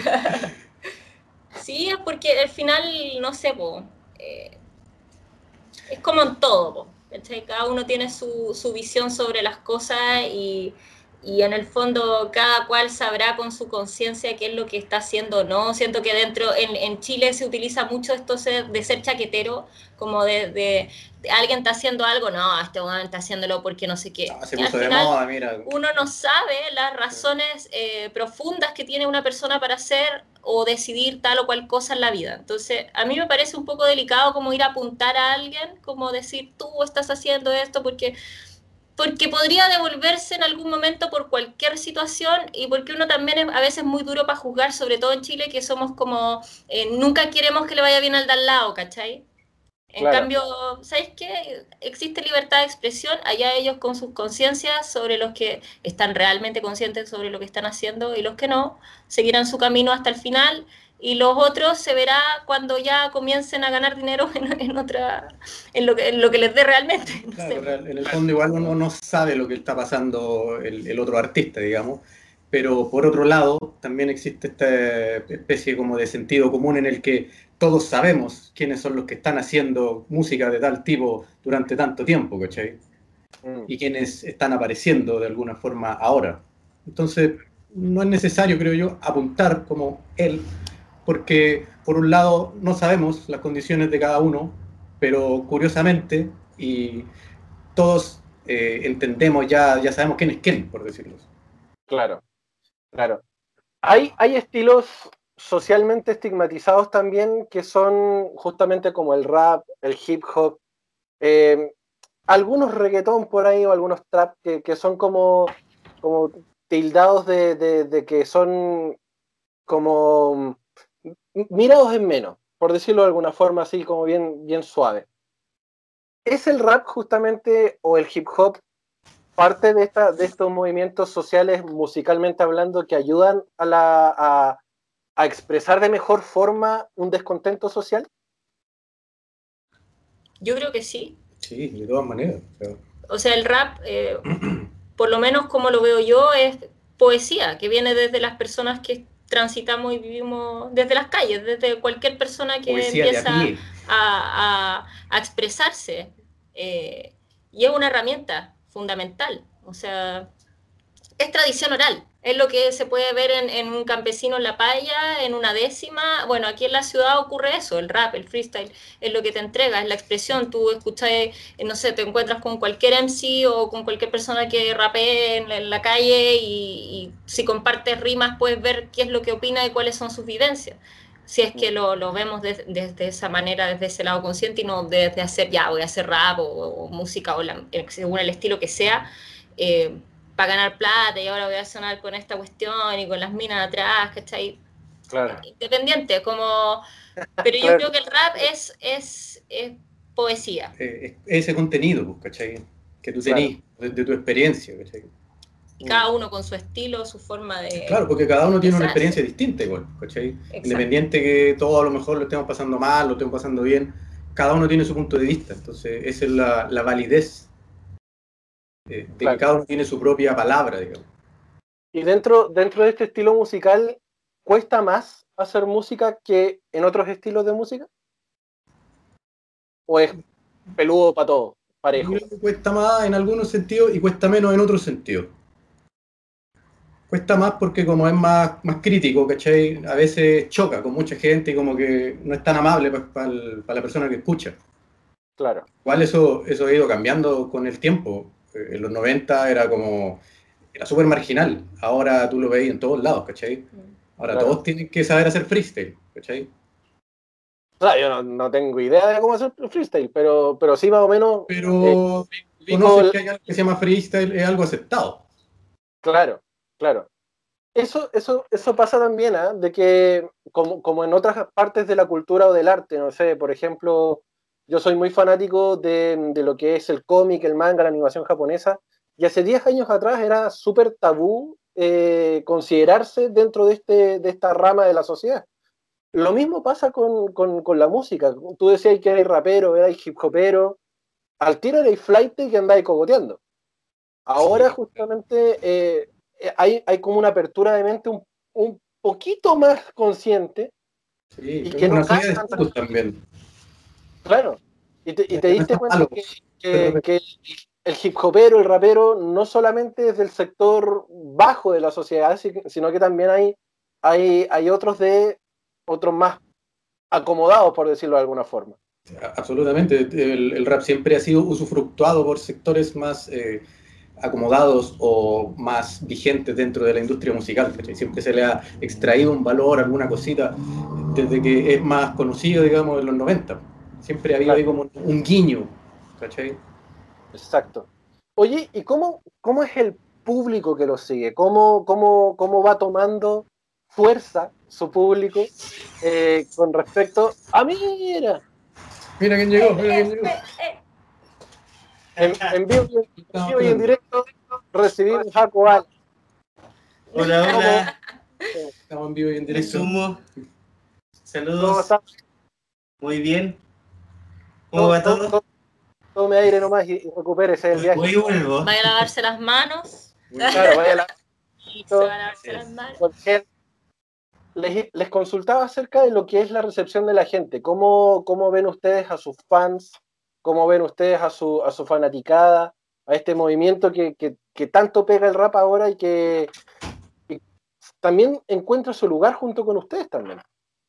Sí, es porque al final, no sé, po, eh, es como en todo, po, ¿cachai? Cada uno tiene su, su visión sobre las cosas y, y en el fondo cada cual sabrá con su conciencia qué es lo que está haciendo o no. Siento que dentro, en, en Chile se utiliza mucho esto de ser chaquetero, como de, de, de alguien está haciendo algo, no, este hombre está haciéndolo porque no sé qué. No, se Y al puso de final, moda, mira. uno no sabe las razones eh, profundas que tiene una persona para hacer o decidir tal o cual cosa en la vida. Entonces, a mí me parece un poco delicado como ir a apuntar a alguien, como decir, tú estás haciendo esto porque... porque podría devolverse en algún momento por cualquier situación y porque uno también es a veces muy duro para juzgar, sobre todo en Chile, que somos como, eh, nunca queremos que le vaya bien al de al lado, ¿cachai? En Claro. cambio, ¿sabes qué? Existe libertad de expresión, allá ellos con sus conciencias sobre los que están realmente conscientes sobre lo que están haciendo y los que no, seguirán su camino hasta el final y los otros se verá cuando ya comiencen a ganar dinero en, en otra, en lo, que, en lo que les dé realmente. No Claro, sé. en el fondo igual uno no sabe lo que está pasando el, el otro artista, digamos, pero por otro lado también existe esta especie como de sentido común en el que todos sabemos quiénes son los que están haciendo música de tal tipo durante tanto tiempo, ¿cachai? Mm. Y quiénes están apareciendo de alguna forma ahora. Entonces, no es necesario, creo yo, apuntar como él, porque por un lado no sabemos las condiciones de cada uno, pero curiosamente, y todos eh, entendemos, ya, ya sabemos quién es quién, por decirlo así. Claro, claro. Hay, hay estilos socialmente estigmatizados también que son justamente como el rap, el hip hop, eh, algunos reggaetón por ahí o algunos trap que, que son como, como tildados de, de, de que son como mirados en menos, por decirlo de alguna forma así como bien, bien suave. ¿Es el rap justamente o el hip hop parte de, esta, de estos movimientos sociales musicalmente hablando que ayudan a, la, a, a expresar de mejor forma un descontento social? Yo creo que sí. Sí, de todas maneras. Pero... O sea, el rap, eh, por lo menos como lo veo yo, es poesía, que viene desde las personas que transitamos y vivimos desde las calles, desde cualquier persona que poesía empieza a, a, a expresarse. Eh, y es una herramienta fundamental. O sea, es tradición oral. Es lo que se puede ver en, en un campesino en la paya, en una décima. Bueno, aquí en la ciudad ocurre eso, el rap, el freestyle, es lo que te entrega, es la expresión. Tú escuchas, no sé, te encuentras con cualquier M C o con cualquier persona que rapee en, en la calle y, y si compartes rimas puedes ver qué es lo que opina y cuáles son sus vivencias. Si es que lo, lo vemos desde de, de esa manera, desde ese lado consciente y no desde hacer, ya, voy a hacer rap o, o música o la, según el estilo que sea, eh, para ganar plata y ahora voy a sonar con esta cuestión y con las minas atrás, ¿cachai? Claro. Independiente, como... Pero yo claro. creo que el rap es, es, es poesía. Eh, ese contenido, ¿cachai? Que tú tenés, claro. de, de tu experiencia, ¿cachai? Y cada uno con su estilo, su forma de... Claro, porque cada uno tiene una experiencia distinta igual, ¿cachai? Independiente que todos a lo mejor lo estemos pasando mal, lo estemos pasando bien, cada uno tiene su punto de vista. Entonces, esa es la, la validez de, de claro. que cada uno tiene su propia palabra, digamos. Y dentro, dentro de este estilo musical, ¿cuesta más hacer música que en otros estilos de música? ¿O es peludo para todo, parejo? Yo creo que cuesta más en algunos sentidos y cuesta menos en otros sentidos. Cuesta más porque como es más, más crítico, ¿cachai? A veces choca con mucha gente y como que no es tan amable pues, para, el, para la persona que escucha. Claro. Igual eso, eso ha ido cambiando con el tiempo. En los noventa era como... Era súper marginal. Ahora tú lo veis en todos lados, ¿cachai? Ahora claro. Todos tienen que saber hacer freestyle, ¿cachai? O sea, yo no, no tengo idea de cómo hacer freestyle, pero, pero sí más o menos... Pero eh, conoces el... que hay algo que se llama freestyle, es algo aceptado. Claro, claro. Eso, eso, eso pasa también, ¿eh? De que como, como en otras partes de la cultura o del arte, no sé, por ejemplo, yo soy muy fanático de, de lo que es el cómic, el manga, la animación japonesa, y hace diez años atrás era súper tabú eh, considerarse dentro de, este, de esta rama de la sociedad. Lo mismo pasa con, con, con la música. Tú decías que erais rapero, erais hip hopero, al tiro erais flight que andáis cogoteando. Ahora justamente eh, hay, hay como una apertura de mente un, un poquito más consciente. Sí, y que no cae tanto también. Claro. Y te, y te diste cuenta que, que, que el hip hopero, el rapero, no solamente es del sector bajo de la sociedad, sino que también hay, hay, hay otros de otros más acomodados, por decirlo de alguna forma. Absolutamente. El, el rap siempre ha sido usufructuado por sectores más eh, acomodados o más vigentes dentro de la industria musical, ¿cachai? Siempre se le ha extraído un valor, alguna cosita, desde que es más conocido, digamos, en los noventa. Siempre ha habido ahí como un guiño, ¿cachai? Exacto. Oye, ¿y cómo, cómo es el público que lo sigue? ¿Cómo, cómo, cómo va tomando fuerza su público eh, con respecto a mira? Mira quién llegó, mira quién llegó. En, en, vivo, en vivo y en directo recibimos a Coal. Hola, hola. Estamos en vivo y en directo. Sumo. Saludos. ¿Cómo estás? Muy bien. ¿Cómo todo, va todo? todo? Tome aire nomás y, y recupérese el viaje. Hoy vuelvo. Vaya a lavarse las manos. Claro, vaya a, la... Se va a lavarse las manos. Porque les, les consultaba acerca de lo que es la recepción de la gente. ¿Cómo, cómo ven ustedes a sus fans? ¿Cómo ven ustedes a su, a su fanaticada? A este movimiento que, que, que tanto pega el rap ahora y que, que también encuentra su lugar junto con ustedes también.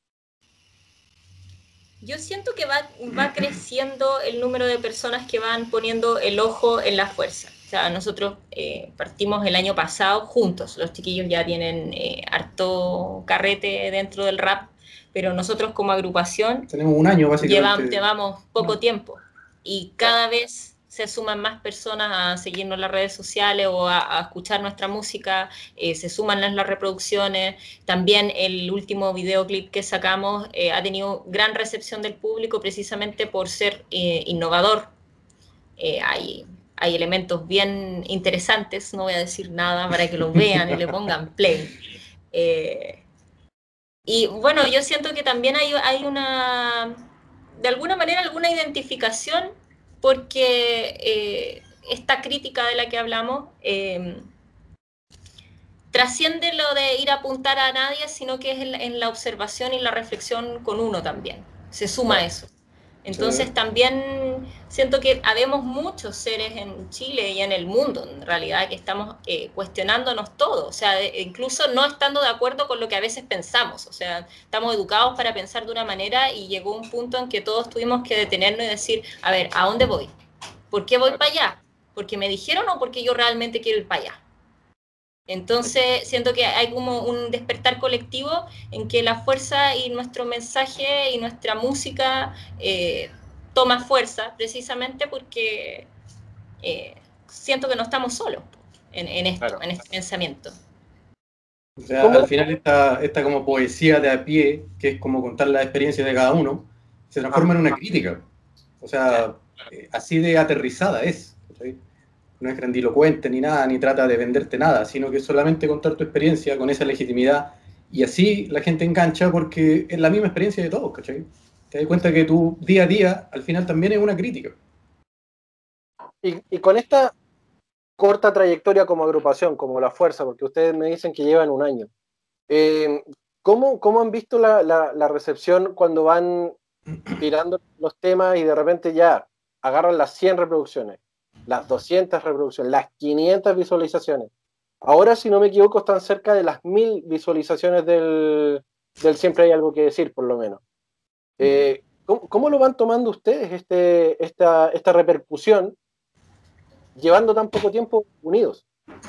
Yo siento que va, va creciendo el número de personas que van poniendo el ojo en la fuerza. O sea, nosotros eh, partimos el año pasado juntos. Los chiquillos ya tienen eh, harto carrete dentro del rap, pero nosotros como agrupación tenemos un año básicamente. Llevamos, llevamos poco tiempo y cada vez se suman más personas a seguirnos en las redes sociales o a, a escuchar nuestra música, eh, se suman las, las reproducciones. También el último videoclip que sacamos eh, ha tenido gran recepción del público precisamente por ser eh, innovador. Eh, hay, hay elementos bien interesantes, no voy a decir nada para que lo vean y le pongan play. Eh, y bueno, yo siento que también hay, hay una, de alguna manera, alguna identificación porque eh, esta crítica de la que hablamos eh, trasciende lo de ir a apuntar a nadie, sino que es en la, en la observación y la reflexión con uno también. Se suma a eso. Entonces sí. También siento que habemos muchos seres en Chile y en el mundo, en realidad, que estamos eh, cuestionándonos todo, o sea, de, incluso no estando de acuerdo con lo que a veces pensamos, o sea, estamos educados para pensar de una manera y llegó un punto en que todos tuvimos que detenernos y decir, a ver, ¿a dónde voy? ¿Por qué voy para allá? ¿Porque me dijeron o porque yo realmente quiero ir para allá? Entonces siento que hay como un despertar colectivo en que la fuerza y nuestro mensaje y nuestra música eh, toma fuerza precisamente porque eh, siento que no estamos solos en, en esto, claro. En este pensamiento. O sea, al final esta, esta como poesía de a pie, que es como contar la experiencia de cada uno, se transforma en una crítica. O sea, eh, así de aterrizada es. ¿Sí? no es grandilocuente ni nada, ni trata de venderte nada, sino que solamente contar tu experiencia con esa legitimidad, y así la gente engancha porque es la misma experiencia de todos, ¿cachai? Te das cuenta que tu día a día al final también es una crítica. Y, y con esta corta trayectoria como agrupación, como La Fuerza, porque ustedes me dicen que llevan un año, eh, ¿cómo, ¿cómo han visto la, la, la recepción cuando van tirando los temas y de repente ya agarran las cien reproducciones, las doscientas reproducciones, las quinientas visualizaciones? Ahora, si no me equivoco, están cerca de las mil visualizaciones del, del Siempre Hay Algo que Decir, por lo menos. Eh, ¿cómo, ¿Cómo lo van tomando ustedes este, esta, esta repercusión, llevando tan poco tiempo unidos?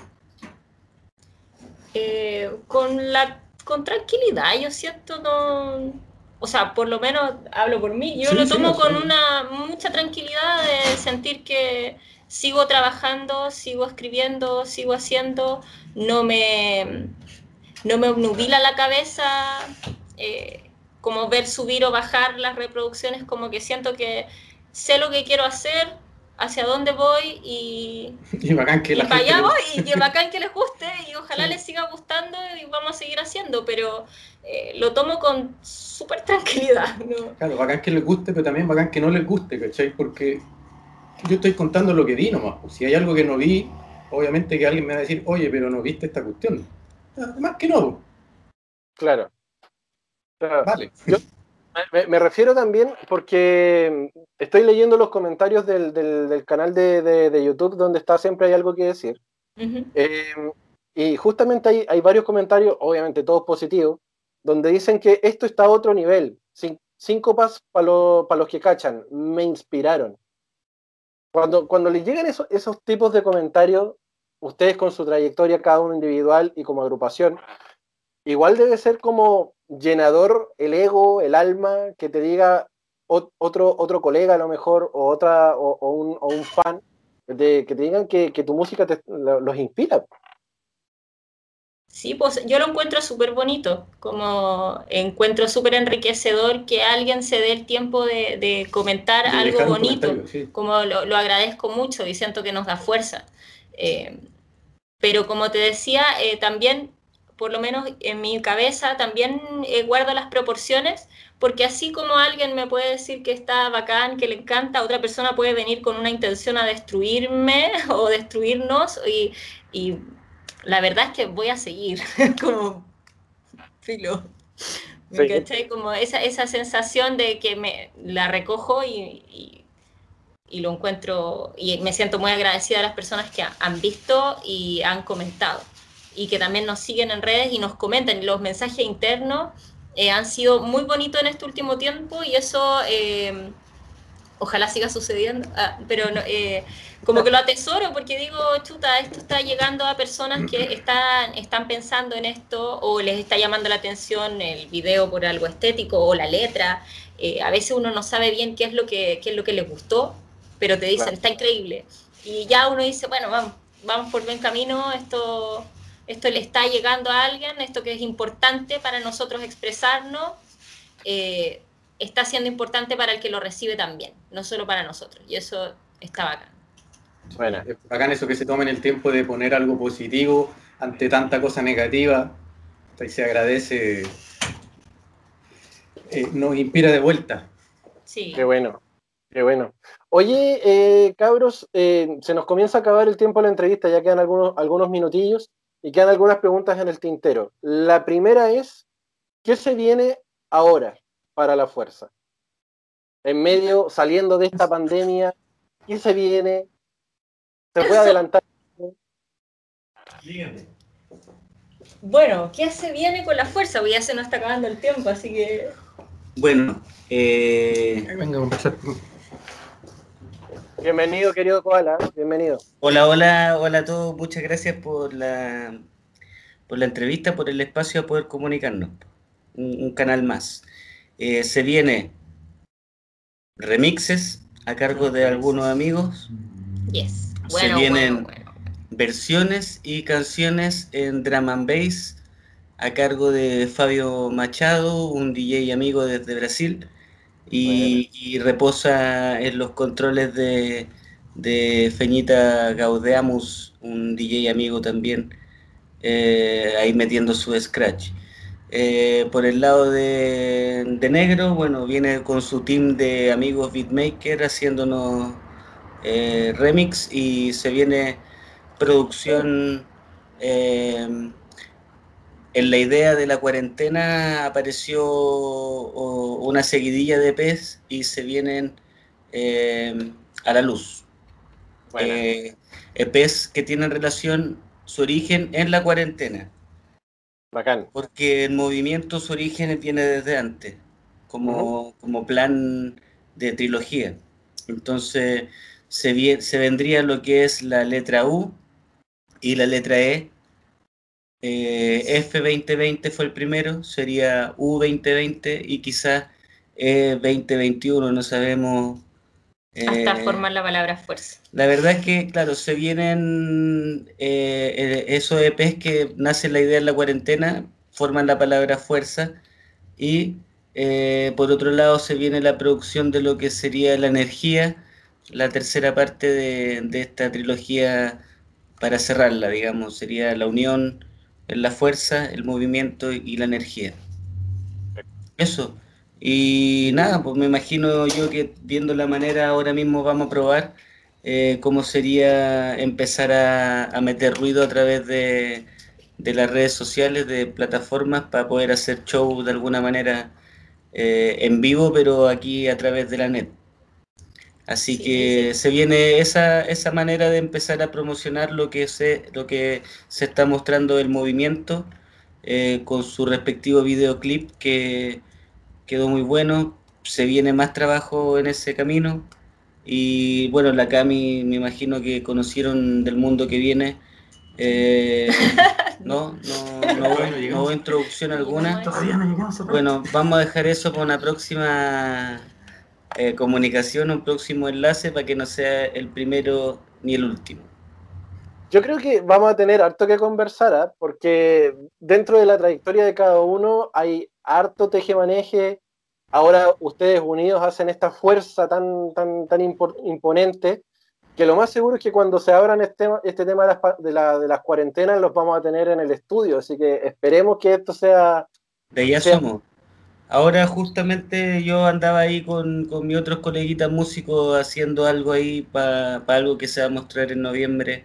Eh, con la con tranquilidad, yo siento, no, o sea, por lo menos hablo por mí, yo Sí, lo sí, tomo no, con sí. una mucha tranquilidad de sentir que sigo trabajando, sigo escribiendo, sigo haciendo, no me, no me obnubila la cabeza, eh, como ver subir o bajar las reproducciones, como que siento que sé lo que quiero hacer, hacia dónde voy y, Y bacán que y la para gente allá le- voy, y que bacán que les guste y ojalá Sí. les siga gustando y vamos a seguir haciendo, pero eh, lo tomo con súper tranquilidad, ¿no? Claro, bacán que les guste, pero también bacán que no les guste, ¿cachai? Porque yo estoy contando lo que vi nomás. Pues. Si hay algo que no vi, obviamente que alguien me va a decir, oye, pero no viste esta cuestión. Además que no, Claro. claro. vale. Yo me, me refiero también porque estoy leyendo los comentarios del, del, del canal de, de, de YouTube donde está Siempre Hay Algo que Decir. Uh-huh. Eh, y justamente hay, hay varios comentarios, obviamente todos positivos, donde dicen que esto está a otro nivel. Cin, síncopas para lo, pa los que cachan, me inspiraron. Cuando, cuando les llegan esos, esos tipos de comentarios, ustedes con su trayectoria, cada uno individual y como agrupación, igual debe ser como llenador el ego, el alma, que te diga ot, otro, otro colega a lo mejor, o, otra, o, o, un, o un fan, de, que te digan que, que tu música te, los inspira. Sí, pues yo lo encuentro súper bonito, como encuentro súper enriquecedor que alguien se dé el tiempo de, de comentar De algo dejar un bonito, comentario, sí. como lo, lo agradezco mucho y siento que nos da fuerza. Eh, pero como te decía, eh, también, por lo menos en mi cabeza, también eh, guardo las proporciones, porque así como alguien me puede decir que está bacán, que le encanta, otra persona puede venir con una intención a destruirme o destruirnos y... y la verdad es que voy a seguir, como filo. ¿Me Sí. cachai? Como esa, esa sensación de que me la recojo y, y, y lo encuentro, y me siento muy agradecida a las personas que han visto y han comentado. Y que también nos siguen en redes y nos comentan. Los mensajes internos eh, han sido muy bonitos en este último tiempo y eso... Eh, ojalá siga sucediendo, ah, pero no, eh, como que lo atesoro porque digo, chuta, esto está llegando a personas que están, están pensando en esto o les está llamando la atención el video por algo estético o la letra. Eh, a veces uno no sabe bien qué es lo que, qué es lo que les gustó, pero te dicen, Claro. está increíble. Y ya uno dice, bueno, vamos, vamos por buen camino, esto, esto le está llegando a alguien, esto que es importante para nosotros expresarnos. Eh, está siendo importante para el que lo recibe también, no solo para nosotros, y eso está bacán. Bueno. Es bacán eso que se tomen el tiempo de poner algo positivo ante tanta cosa negativa, y se agradece, eh, nos inspira de vuelta. Sí. Qué bueno, qué bueno. Oye, eh, cabros, eh, se nos comienza a acabar el tiempo de la entrevista, ya quedan algunos, algunos minutillos y quedan algunas preguntas en el tintero. La primera es, ¿qué se viene ahora para La Fuerza? En medio, saliendo de esta pandemia, ¿qué se viene? ¿Se puede adelantar? Dígame. Bueno, ¿qué se viene con La Fuerza? Porque ya se nos está acabando el tiempo, así que... Bueno, eh, Venga a conversar. Bienvenido, querido Koala, bienvenido. hola, hola, hola a todos. Muchas gracias por la, por la entrevista, por el espacio a poder comunicarnos. Un, un canal más. Eh, se viene remixes a cargo de algunos amigos. Yes. Se Bueno, vienen bueno, bueno. versiones y canciones en drum and bass a cargo de Fabio Machado, un D J amigo desde Brasil, y, y reposa en los controles de, de Feñita Gaudeamus, un D J amigo también, eh, ahí metiendo su scratch. Eh, por el lado de, de Negro, bueno, viene con su team de amigos beatmaker haciéndonos eh, remix, y se viene producción. Eh, en la idea de la cuarentena apareció o, una seguidilla de E Pes y se vienen eh, a la luz. Bueno. Eh, E Pes que tienen relación, su origen en la cuarentena. Bacán. Porque el movimiento, su origen viene desde antes, como, uh-huh. como plan de trilogía. Entonces se, vi, se vendría lo que es la letra U y la letra E. Eh, F veinte veinte fue el primero, sería U veinte veinte y quizás E veinte veintiuno, no sabemos. Eh, Hasta formar la palabra fuerza. La verdad es que, claro, se vienen eh, esos E Pes que nace la idea en la cuarentena, forman la palabra fuerza, y eh, por otro lado se viene la producción de lo que sería la energía, la tercera parte de, de esta trilogía para cerrarla, digamos, sería la unión, la fuerza, el movimiento y la energía. Eso. Y nada, pues me imagino yo que viendo la manera ahora mismo vamos a probar eh, cómo sería empezar a, a meter ruido a través de, de las redes sociales, de plataformas, para poder hacer show de alguna manera eh, en vivo, pero aquí a través de la net. Así sí, que sí. Se viene esa, esa manera de empezar a promocionar lo que se, lo que se está mostrando del movimiento, eh, con su respectivo videoclip que quedó muy bueno. Se viene más trabajo en ese camino. Y bueno, la Cami me imagino que conocieron del mundo que viene. Eh, no, no, no, hubo, no hubo introducción alguna. Todavía no llegamos a Bueno, vamos a dejar eso para una próxima Eh, comunicación, un próximo enlace, para que no sea el primero ni el último. Yo creo que vamos a tener harto que conversar, ¿eh? Porque dentro de la trayectoria de cada uno hay harto tejemaneje. Ahora ustedes unidos hacen esta fuerza tan, tan, tan imponente, que lo más seguro es que cuando se abran este, este tema de las, de, la, de las cuarentenas los vamos a tener en el estudio, así que esperemos que esto sea... De allá sea, somos. Ahora justamente yo andaba ahí con, con mis otros coleguitas músicos haciendo algo ahí para pa algo que se va a mostrar en noviembre.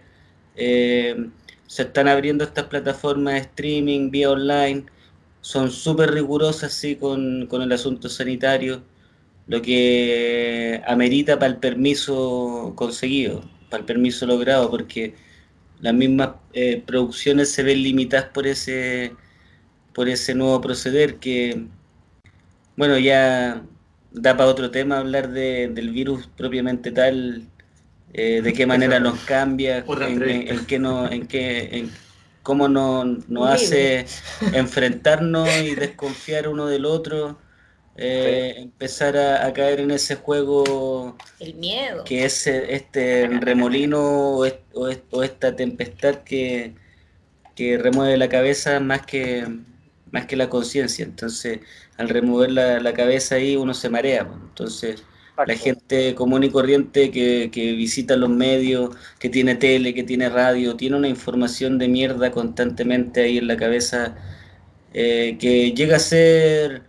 Eh, se están abriendo estas plataformas de streaming vía online, son súper rigurosas sí, con, con el asunto sanitario, lo que amerita para el permiso conseguido, para el permiso logrado, porque las mismas eh, producciones se ven limitadas por ese, por ese nuevo proceder que... Bueno, ya da para otro tema hablar de, del virus propiamente tal, eh, de qué manera nos cambia, en, en, en qué no, en qué, en cómo nos, nos hace enfrentarnos y desconfiar uno del otro, eh, sí. empezar a, a caer en ese juego, el miedo, que es este remolino o, es, o, es, o esta tempestad que, que remueve la cabeza más que más que la conciencia. Entonces, al remover la, la cabeza ahí uno se marea. Entonces, exacto. La gente común y corriente que, que visita los medios, que tiene tele, que tiene radio, tiene una información de mierda constantemente ahí en la cabeza, eh, que llega a ser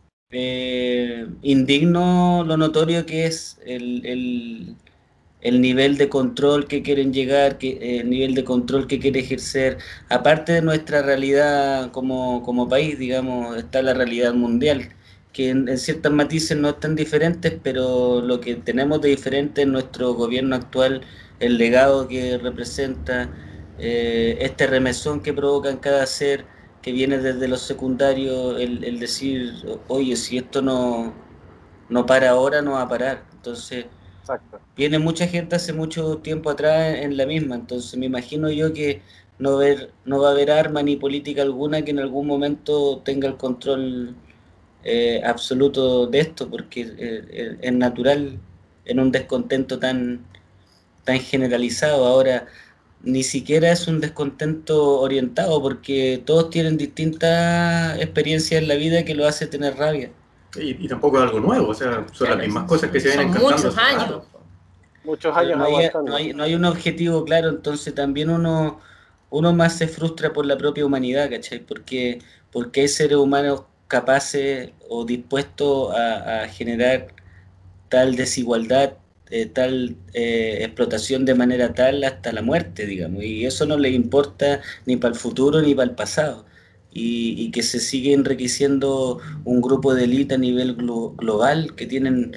eh, indigno lo notorio que es el, el el nivel de control que quieren llegar, que, el nivel de control que quiere ejercer. Aparte de nuestra realidad como, como país, digamos, está la realidad mundial, que en, en ciertos matices no están diferentes, pero lo que tenemos de diferente es nuestro gobierno actual, el legado que representa, eh, este remesón que provoca en cada ser, que viene desde los secundarios, el, el decir, oye, si esto no, no para ahora, no va a parar. Entonces, exacto. Viene mucha gente hace mucho tiempo atrás en la misma, entonces me imagino yo que no, ver, no va a haber arma ni política alguna que en algún momento tenga el control eh, absoluto de esto, porque eh, es natural en un descontento tan, tan generalizado. Ahora, ni siquiera es un descontento orientado, porque todos tienen distintas experiencias en la vida que lo hace tener rabia. Y, y tampoco es algo nuevo, o sea, son claro, las mismas cosas que se vienen cantando. Son muchos años. Muchos años no hay, aguantando. no, hay, no hay un objetivo claro, entonces también uno, uno más se frustra por la propia humanidad, ¿cachai? Porque, porque hay seres humanos capaces o dispuestos a, a generar tal desigualdad, eh, tal eh, explotación de manera tal hasta la muerte, digamos, y eso no les importa ni para el futuro ni para el pasado. Y, y que se sigue enriqueciendo un grupo de élite a nivel glo global que tienen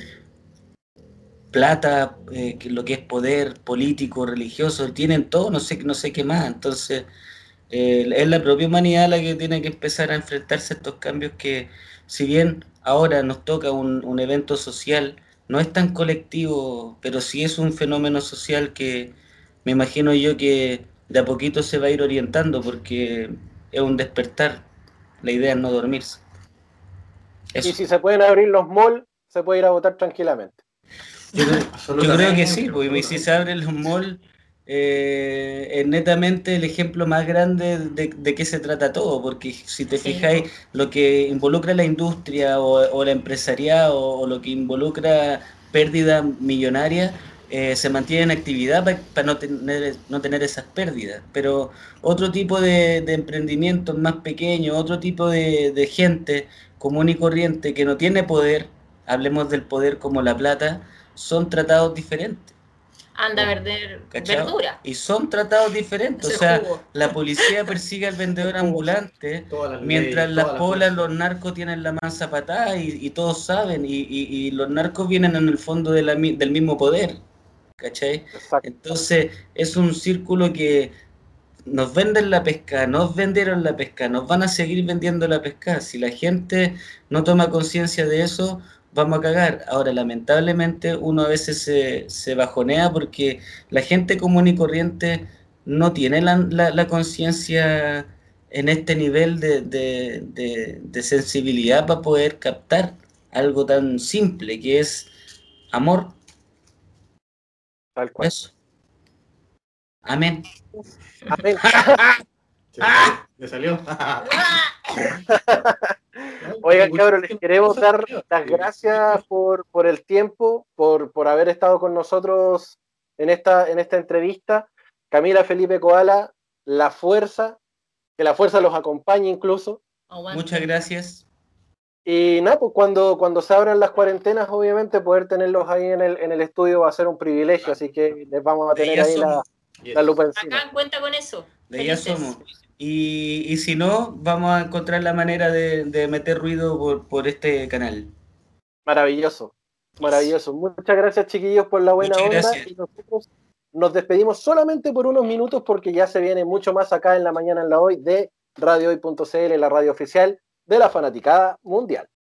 plata, eh, que lo que es poder político, religioso, tienen todo, no sé, no sé qué más. Entonces, eh, es la propia humanidad la que tiene que empezar a enfrentarse a estos cambios que, si bien ahora nos toca un, un evento social, no es tan colectivo, pero sí es un fenómeno social que me imagino yo que de a poquito se va a ir orientando porque es un despertar. La idea es no dormirse. Y Eso. si se pueden abrir los malls, se puede ir a votar tranquilamente. Yo, yo creo que sí, pues, y si se abren los malls, eh, es netamente el ejemplo más grande de, de qué se trata todo, porque si te Sí, fijáis, po. lo que involucra la industria o, o la empresariado o, o lo que involucra pérdida millonaria, eh, se mantiene en actividad para pa no, tener, no tener esas pérdidas. Pero otro tipo de, de emprendimientos más pequeños, otro tipo de, de gente común y corriente que no tiene poder, hablemos del poder como la plata, son tratados diferentes. Anda a vender ¿Cachai? verdura. Y son tratados diferentes. O Ese sea, jugo. la policía persigue al vendedor ambulante, Todas las mientras leyes, las todas las polas, fuerzas. los narcos tienen la mansa patada y, y todos saben. Y, y, y los narcos vienen en el fondo de la, del mismo poder. ¿Cachai? Exacto. Entonces, es un círculo que nos venden la pesca, nos vendieron la pesca, nos van a seguir vendiendo la pesca. Si la gente no toma conciencia de eso, vamos a cagar. Ahora, lamentablemente, uno a veces se, se bajonea porque la gente común y corriente no tiene la, la, la conciencia en este nivel de, de, de, de sensibilidad para poder captar algo tan simple que es amor. Tal cual. Eso. Amén. Amén. ¿Le salió? Oigan, cabros, les queremos dar las gracias por, por el tiempo, por, por haber estado con nosotros en esta, en esta entrevista. Camila, Felipe, Koala, la fuerza, que la fuerza los acompañe incluso. Aguante. Muchas gracias. Y nada, pues cuando, cuando se abran las cuarentenas, obviamente poder tenerlos ahí en el, en el estudio va a ser un privilegio, así que les vamos a tener ahí la, la lupa encima. Acá cuenta con eso. De ya Felices. somos. Y, y si no, vamos a encontrar la manera de, de meter ruido por, por este canal. Maravilloso, maravilloso. Muchas gracias, chiquillos, por la buena Muchas onda. gracias. Y nosotros nos despedimos solamente por unos minutos porque ya se viene mucho más acá en la mañana en la hoy de radio hoy punto c l, la radio oficial de la fanaticada mundial.